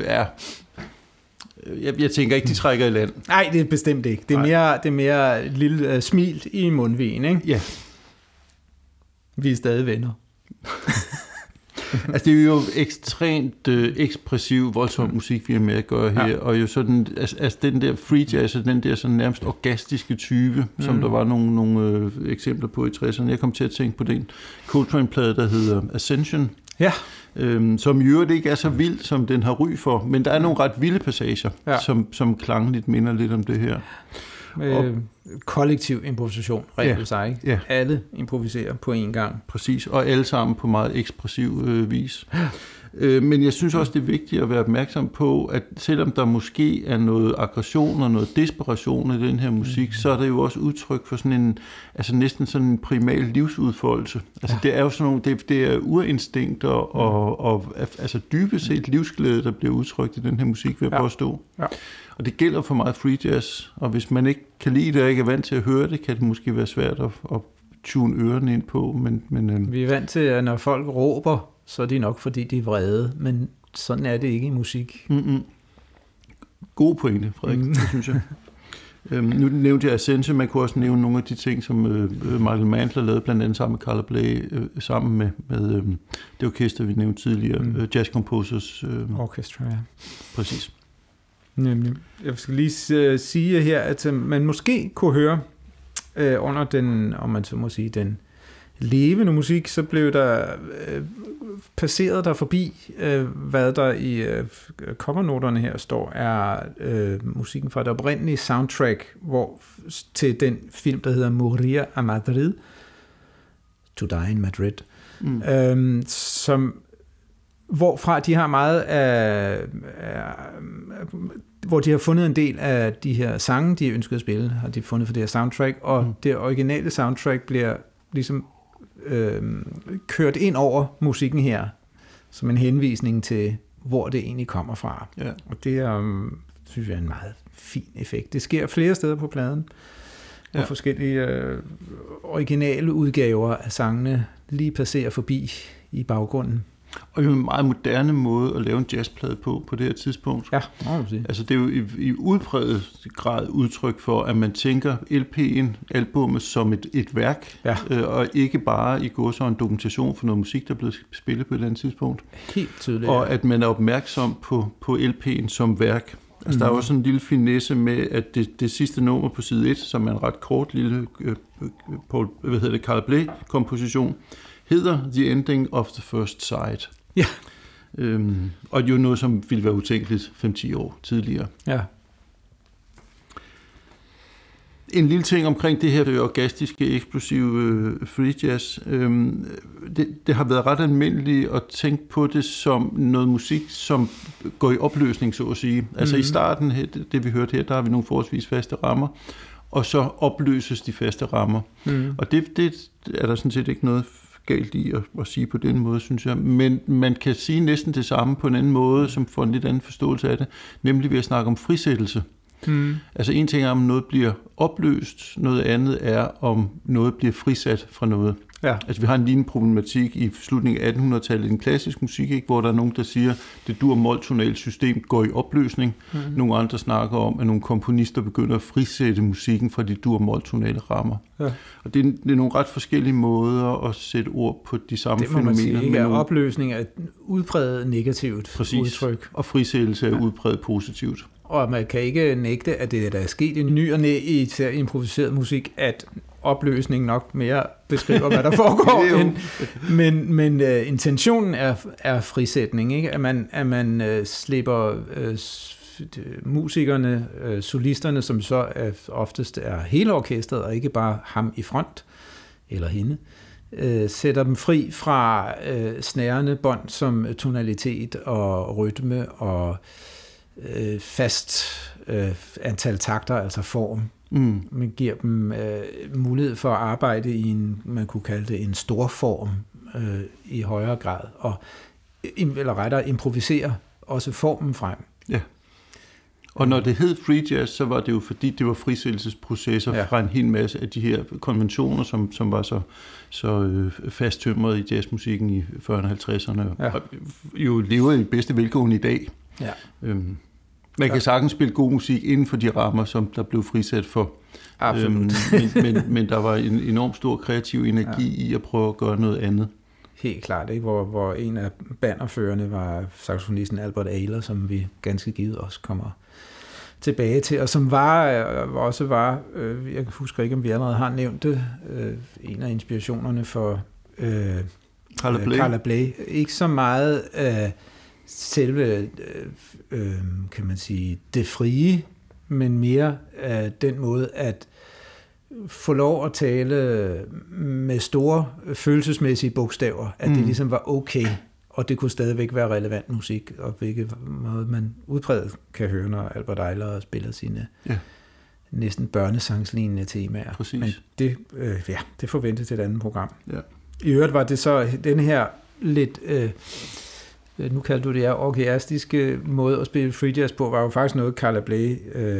Jeg tænker ikke, de trækker i land. Nej, det er bestemt ikke. Det er mere et lille smil i mundvigen, ikke? Ja. Vi er stadig venner. Altså, det er jo ekstremt ekspressiv, voldsom musik, vi har med at gøre her, og jo sådan, altså den der free jazz, den der sådan nærmest orgastiske type, som der var nogle eksempler på i 60'erne. Jeg kom til at tænke på den Coltrane-plade, der hedder Ascension, som i øvrigt ikke er så vild, som den har ry for, men der er nogle ret vilde passager, som klangligt minder lidt om det her. Kollektiv improvisation, reelt sig, ikke? Ja. Alle improviserer på én gang. Præcis, og alle sammen på meget ekspressiv vis. Men jeg synes også, det er vigtigt at være opmærksom på, at selvom der måske er noget aggression og noget desperation i den her musik, så er det jo også udtryk for sådan en, altså næsten sådan en primal livsudfoldelse. Altså det er jo sådan nogle, det er urinstinkter og altså dybest set livsglæde, der bliver udtrykt i den her musik, vil jeg påstå. Ja. Og det gælder for meget free jazz, og hvis man ikke kan lide det og ikke er vant til at høre det, kan det måske være svært at tune ørerne ind på. Men vi er vant til, at når folk råber, så er det nok, fordi de er vrede, men sådan er det ikke i musik. God pointe, Frederik, det synes jeg. Nu nævnte jeg Ascension, man kunne også nævne nogle af de ting, som Michael Mantler lavede, blandt andet sammen med Carla Bley, sammen med det orkester, vi nævnte tidligere, Jazz Composers Orchestra, ja. Præcis. Nemlig. Jeg skal lige sige her, at man måske kunne høre under den, om man så må sige, den levende musik, så blev der passeret der forbi, hvad der i covernoterne her står, er musikken fra det oprindelige soundtrack, til den film, der hedder Morir a Madrid, To Die in Madrid, som hvorfra de har meget af hvor de har fundet en del af de her sange, de ønskede at spille, har de fundet for det her soundtrack, og det originale soundtrack bliver ligesom kørt ind over musikken her, som en henvisning til, hvor det egentlig kommer fra. Ja. Og det er, synes jeg, en meget fin effekt. Det sker flere steder på pladen, og forskellige originale udgaver af sangene lige passerer forbi i baggrunden. Og jo en meget moderne måde at lave en jazzplade på det her tidspunkt. Ja, må man sige. Altså det er jo i udpræget grad udtryk for, at man tænker LP'en, albumet, som et værk, og ikke bare i går så en dokumentation for noget musik, der er blevet spillet på et eller andet tidspunkt. Helt tydeligt. Og at man er opmærksom på LP'en som værk. Altså der er også sådan en lille finesse med, at det sidste nummer på side 1, som er en ret kort lille Carla Bley-komposition, hedder The Ending of the First Sight. Ja. Og jo noget, som ville være utænkeligt 5-10 år tidligere. Ja. En lille ting omkring det her orgastiske, eksplosive free jazz. Det har været ret almindeligt at tænke på det som noget musik, som går i opløsning, så at sige. Altså i starten, det vi hørte her, der har vi nogle forholdsvis faste rammer, og så opløses de faste rammer. Og det er der sådan set ikke noget galt i at sige på den måde, synes jeg. Men man kan sige næsten det samme på en anden måde, som får en lidt anden forståelse af det, nemlig ved at snakke om frisættelse. Altså en ting er, om noget bliver opløst, noget andet er, om noget bliver frisat fra noget. Ja. Altså vi har en lignende problematik i slutningen af 1800-tallet i den klassiske musik, ikke, hvor der er nogen, der siger, at det dur-mol-tonale system går i opløsning. Nogle andre snakker om, at nogle komponister begynder at frisætte musikken fra de dur-mol-tonale rammer. Ja. Og det er nogle ret forskellige måder at sætte ord på de samme fænomener. Det må man sige, ikke? Opløsning er et udpræget negativt udtryk. Og frisættelse er udpræget positivt. Og man kan ikke nægte, at det der er sket i ny og næ i improviseret musik, at opløsning nok mere beskriver, hvad der foregår. men intentionen er frisætning, ikke? At man slipper musikerne, solisterne, som så oftest er hele orkestret, og ikke bare ham i front, eller hende, sætter dem fri fra snærende bånd som tonalitet og rytme og fast antal takter, altså form, Man giver dem mulighed for at arbejde i en, man kunne kalde det en stor form i højere grad, eller rettere improvisere også formen frem. Ja. Og når det hed free jazz, så var det jo fordi, det var frisættelsesprocesser fra en hel masse af de her konventioner, som var så fasttømret i jazzmusikken i 40'erne og 50'erne, og jo lever i bedste velgående i dag. Ja. Man kan sagtens spille god musik inden for de rammer, som der blev frisat for. Absolut. Men der var en enormt stor kreativ energi i at prøve at gøre noget andet. Helt klart, ikke? Hvor en af bannerførerne var saxofonisten Albert Ayler, som vi ganske givet også kommer tilbage til, og som også var, jeg husker ikke, om vi allerede har nævnt det, en af inspirationerne for Carla Bley. Ikke så meget selve, kan man sige, det frie, men mere den måde at få lov at tale med store følelsesmæssige bogstaver, at det ligesom var okay, og det kunne stadigvæk være relevant musik, og hvilket måde man udpræget kan høre, når Albert Ayler spiller sine næsten børnesangslignende temaer. Præcis. Men det forventes til et andet program. Ja. I øvrigt var det så den her lidt, nu kalder du det her orkeastiske måde at spille free jazz på, var jo faktisk noget, Carla Bley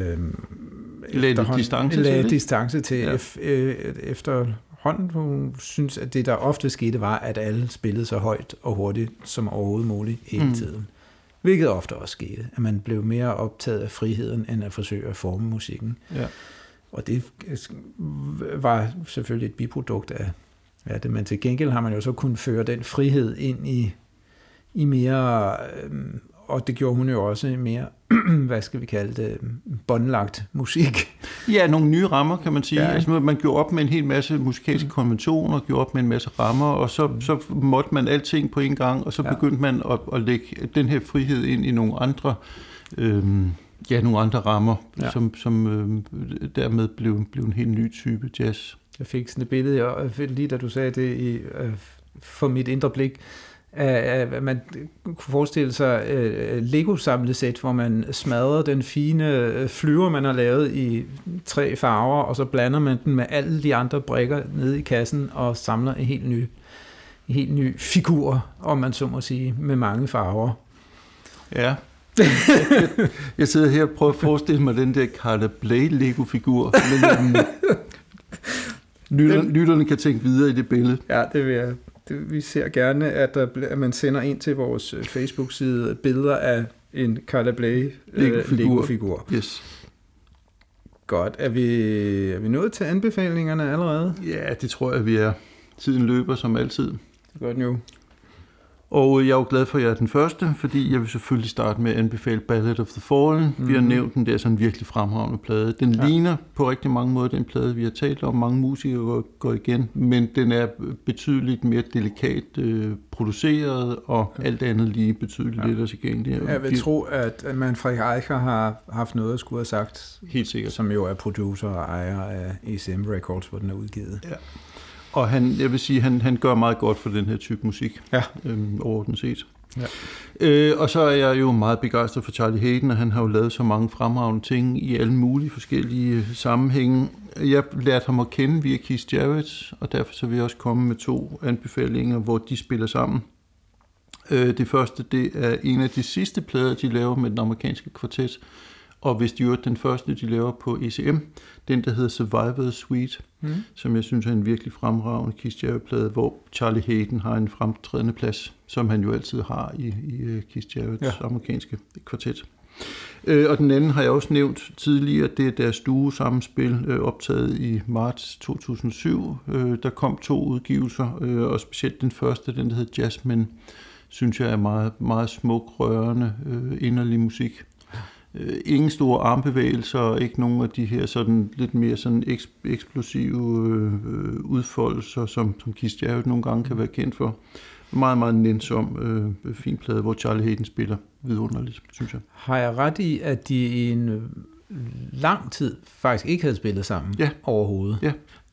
lagde distance til efterhånden. Hun synes, at det der ofte skete var, at alle spillede så højt og hurtigt som overhovedet muligt hele tiden. Hvilket ofte også skete, at man blev mere optaget af friheden, end at forsøge at forme musikken. Ja. Og det var selvfølgelig et biprodukt af det, men til gengæld har man jo så kunnet føre den frihed ind i mere, og det gjorde hun jo også mere, hvad skal vi kalde det, båndlagt musik. Ja, nogle nye rammer, kan man sige. Ja. Altså, man gjorde op med en hel masse musikalske konventioner, gjorde op med en masse rammer, og så måtte man alting på en gang, og så begyndte man at lægge den her frihed ind i nogle andre, nogle andre rammer, som dermed blev en helt ny type jazz. Jeg fik sådan et billede, og lige da du sagde det for mit indre blik, at man kunne forestille sig Lego-samlesæt, hvor man smadrer den fine flyver, man har lavet i 3 farver, og så blander man den med alle de andre brikker nede i kassen, og samler en helt ny figur, om man så må sige, med mange farver. Ja. Jeg sidder her og prøver at forestille mig den der Carla Bley Lego-figur, men lytterne kan tænke videre i det billede. Ja, det vil jeg. Vi ser gerne, at man sender ind til vores Facebook-side billeder af en Carla Bley Lego-figur. Yes. Godt. Er vi nået til anbefalingerne allerede? Ja, det tror jeg, vi er. Tiden løber som altid. Det gør den jo. Og jeg er jo glad for, at jeg er den første, fordi jeg vil selvfølgelig starte med at anbefale Ballad of the Fallen. Vi har nævnt den, det er sådan en virkelig fremragende plade. Den ligner på rigtig mange måder den plade, vi har talt om. Mange musikere går igen, men den er betydeligt mere delikat produceret, og alt andet lige betydeligt lettere tilgængeligt. Jeg vil tro, at Manfred Eicher har haft noget at skulle have sagt. Helt sikkert. Som jo er producer og ejer af ECM Records, hvor den er udgivet. Ja. Og jeg vil sige, han gør meget godt for den her type musik, overordnet set. Ja. Og så er jeg jo meget begejstret for Charlie Haden, og han har jo lavet så mange fremragende ting i alle mulige forskellige sammenhænge. Jeg lærte ham at kende via Keith Jarrett, og derfor så vil jeg også komme med 2 anbefalinger, hvor de spiller sammen. Det første, det er en af de sidste plader, de laver med den amerikanske kvartet, og hvis de jo den første, de laver på ECM, den der hedder Survivor Suite, som jeg synes er en virkelig fremragende Keith Jarrett-plade, hvor Charlie Haden har en fremtrædende plads, som han jo altid har i Keith Jarretts amerikanske kvartet. Og den anden har jeg også nævnt tidligere, det er deres duo-sammenspil, optaget i marts 2007. Der kom 2 udgivelser, og specielt den første, den der hedder Jasmine, synes jeg er meget, meget smuk, rørende, inderlig musik. Ingen store armbevægelser, ikke nogen af de her sådan lidt mere sådan eksplosive udfoldelser, som Keith Jarrett nogle gange kan være kendt for. Meget, meget nænsom, fin plade, hvor Charlie Haden spiller vidunderligt, synes jeg. Har jeg ret i, at de i en lang tid faktisk ikke havde spillet sammen overhovedet? Ja,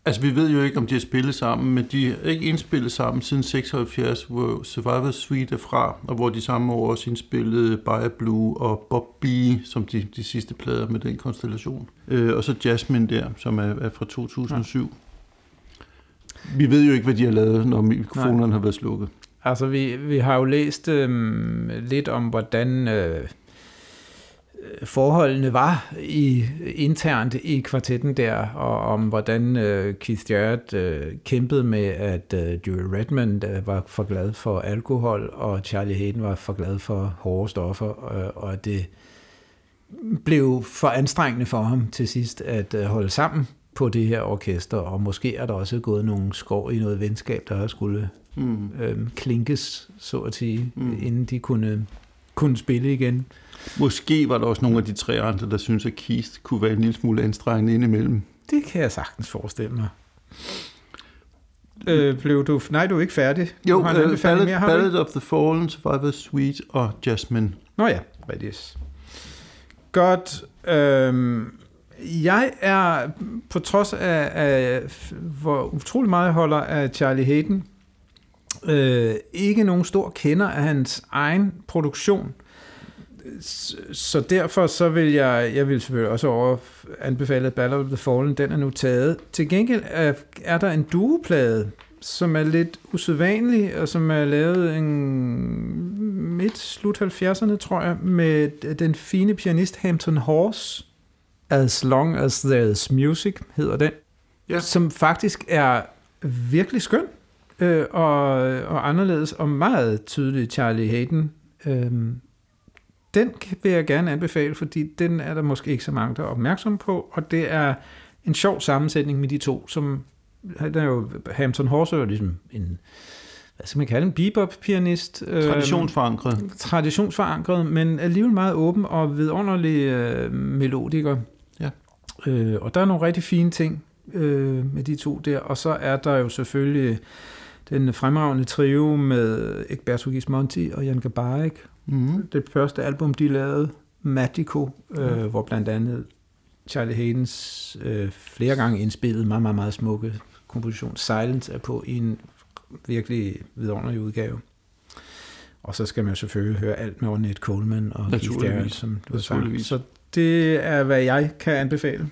Altså, vi ved jo ikke, om de har spillet sammen, men de er ikke indspillet sammen siden 76, hvor Survivor Suite er fra, og hvor de samme år også indspillede By Blue og Bob B, som de sidste plader med den konstellation. Og så Jasmine der, som er fra 2007. Ja. Vi ved jo ikke, hvad de har lavet, når mikrofonerne har været slukket. Altså, vi har jo læst lidt om, hvordan forholdene var internt i kvartetten der, og om hvordan Keith Jarrett kæmpede med, at Joey Redman var for glad for alkohol, og Charlie Hayden var for glad for hårde stoffer, og at det blev for anstrengende for ham til sidst at holde sammen på det her orkester, og måske er der også gået nogle skår i noget venskab, der skulle klinkes, så at sige, inden de kunne spille igen. Måske var der også nogle af de tre andre, der synes, at Keith kunne være en lille smule anstrengende indimellem. Det kan jeg sagtens forestille mig. Nej, du er ikke færdig. Jo, Ballad of the Fallen, Survivor Suite og Jasmine. Nå ja, rigtigt. Godt. Jeg er, på trods af hvor utrolig meget jeg holder af Charlie Hayden, ikke nogen stor kender af hans egen produktion. Så derfor så vil jeg vil selvfølgelig også anbefale Ballad of the Fallen, den er nu taget. Til gengæld er der en duoplade, som er lidt usædvanlig, og som er lavet slut 70'erne, tror jeg, med den fine pianist Hampton Hawes. As Long as There's Music hedder den, som faktisk er virkelig skøn, og anderledes, og meget tydelig Charlie Hayden. Den vil jeg gerne anbefale, fordi den er der måske ikke så mange, der er opmærksom på, og det er en sjov sammensætning med de to, som der er jo Hampton Hawes er ligesom en, hvad skal man kalde, en bebop-pianist. Traditionsforankret, men alligevel meget åben og vidunderlig melodiker. Ja. Og der er nogle rigtig fine ting med de to der, og så er der jo selvfølgelig den fremragende trio med Egberto Gismonti og Jan Garbarek. Det første album, de lavede, Magico, hvor blandt andet Charlie Haydens flere gange indspillede meget, meget, meget smukke komposition. Silence er på i en virkelig vidunderlig udgave. Og så skal man jo selvfølgelig høre alt med Ornette Coleman og Keith Jarrett, som du har sagt. Så det er, hvad jeg kan anbefale.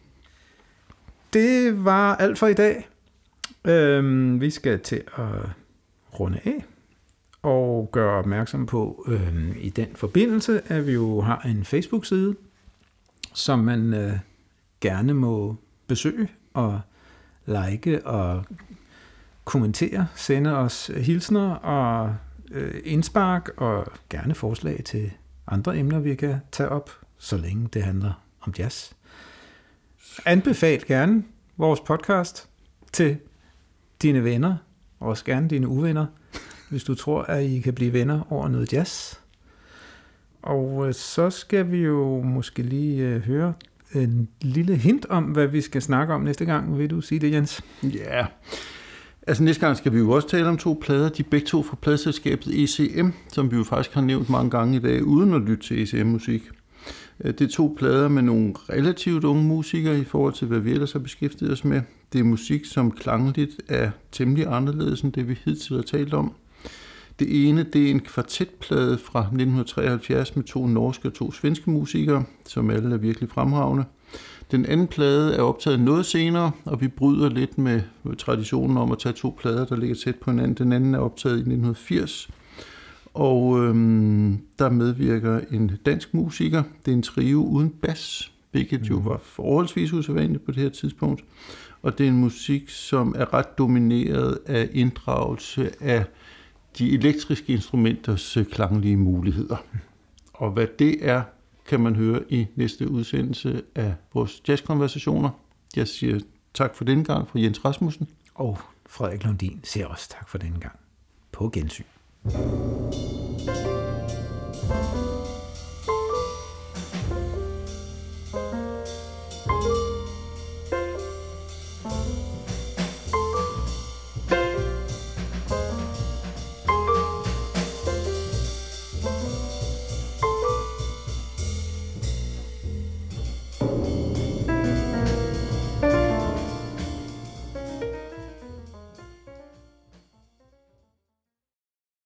Det var alt for i dag. Vi skal til at runde af og gøre opmærksom på i den forbindelse, at vi jo har en Facebook-side, som man gerne må besøge og like og kommentere, sende os hilsner og indspark og gerne forslag til andre emner, vi kan tage op, så længe det handler om jazz. Anbefal gerne vores podcast til dine venner, og også gerne dine uvenner, hvis du tror, at I kan blive venner over noget jazz. Og så skal vi jo måske lige høre en lille hint om, hvad vi skal snakke om næste gang. Vil du sige det, Jens? Ja, altså næste gang skal vi jo også tale om to plader. De begge to fra pladeselskabet ECM, som vi jo faktisk har nævnt mange gange i dag, uden at lytte til ECM-musik. Det er to plader med nogle relativt unge musikere i forhold til, hvad vi ellers har beskæftiget os med. Det er musik, som klangligt er temmelig anderledes end det, vi hidtil har talt om. Det ene, det er en kvartetplade fra 1973 med 2 norske og 2 svenske musikere, som alle er virkelig fremragende. Den anden plade er optaget noget senere, og vi bryder lidt med traditionen om at tage 2 plader, der ligger tæt på hinanden. Den anden er optaget i 1980, og der medvirker en dansk musiker. Det er en trio uden bas, hvilket jo var forholdsvis usædvanligt på det her tidspunkt. Og det er en musik, som er ret domineret af inddragelse af de elektriske instrumenters klanglige muligheder. Og hvad det er, kan man høre i næste udsendelse af vores jazzkonversationer. Jeg siger tak for denne gang fra Jens Rasmussen. Og Frederik Lundin siger også tak for denne gang. På gensyn.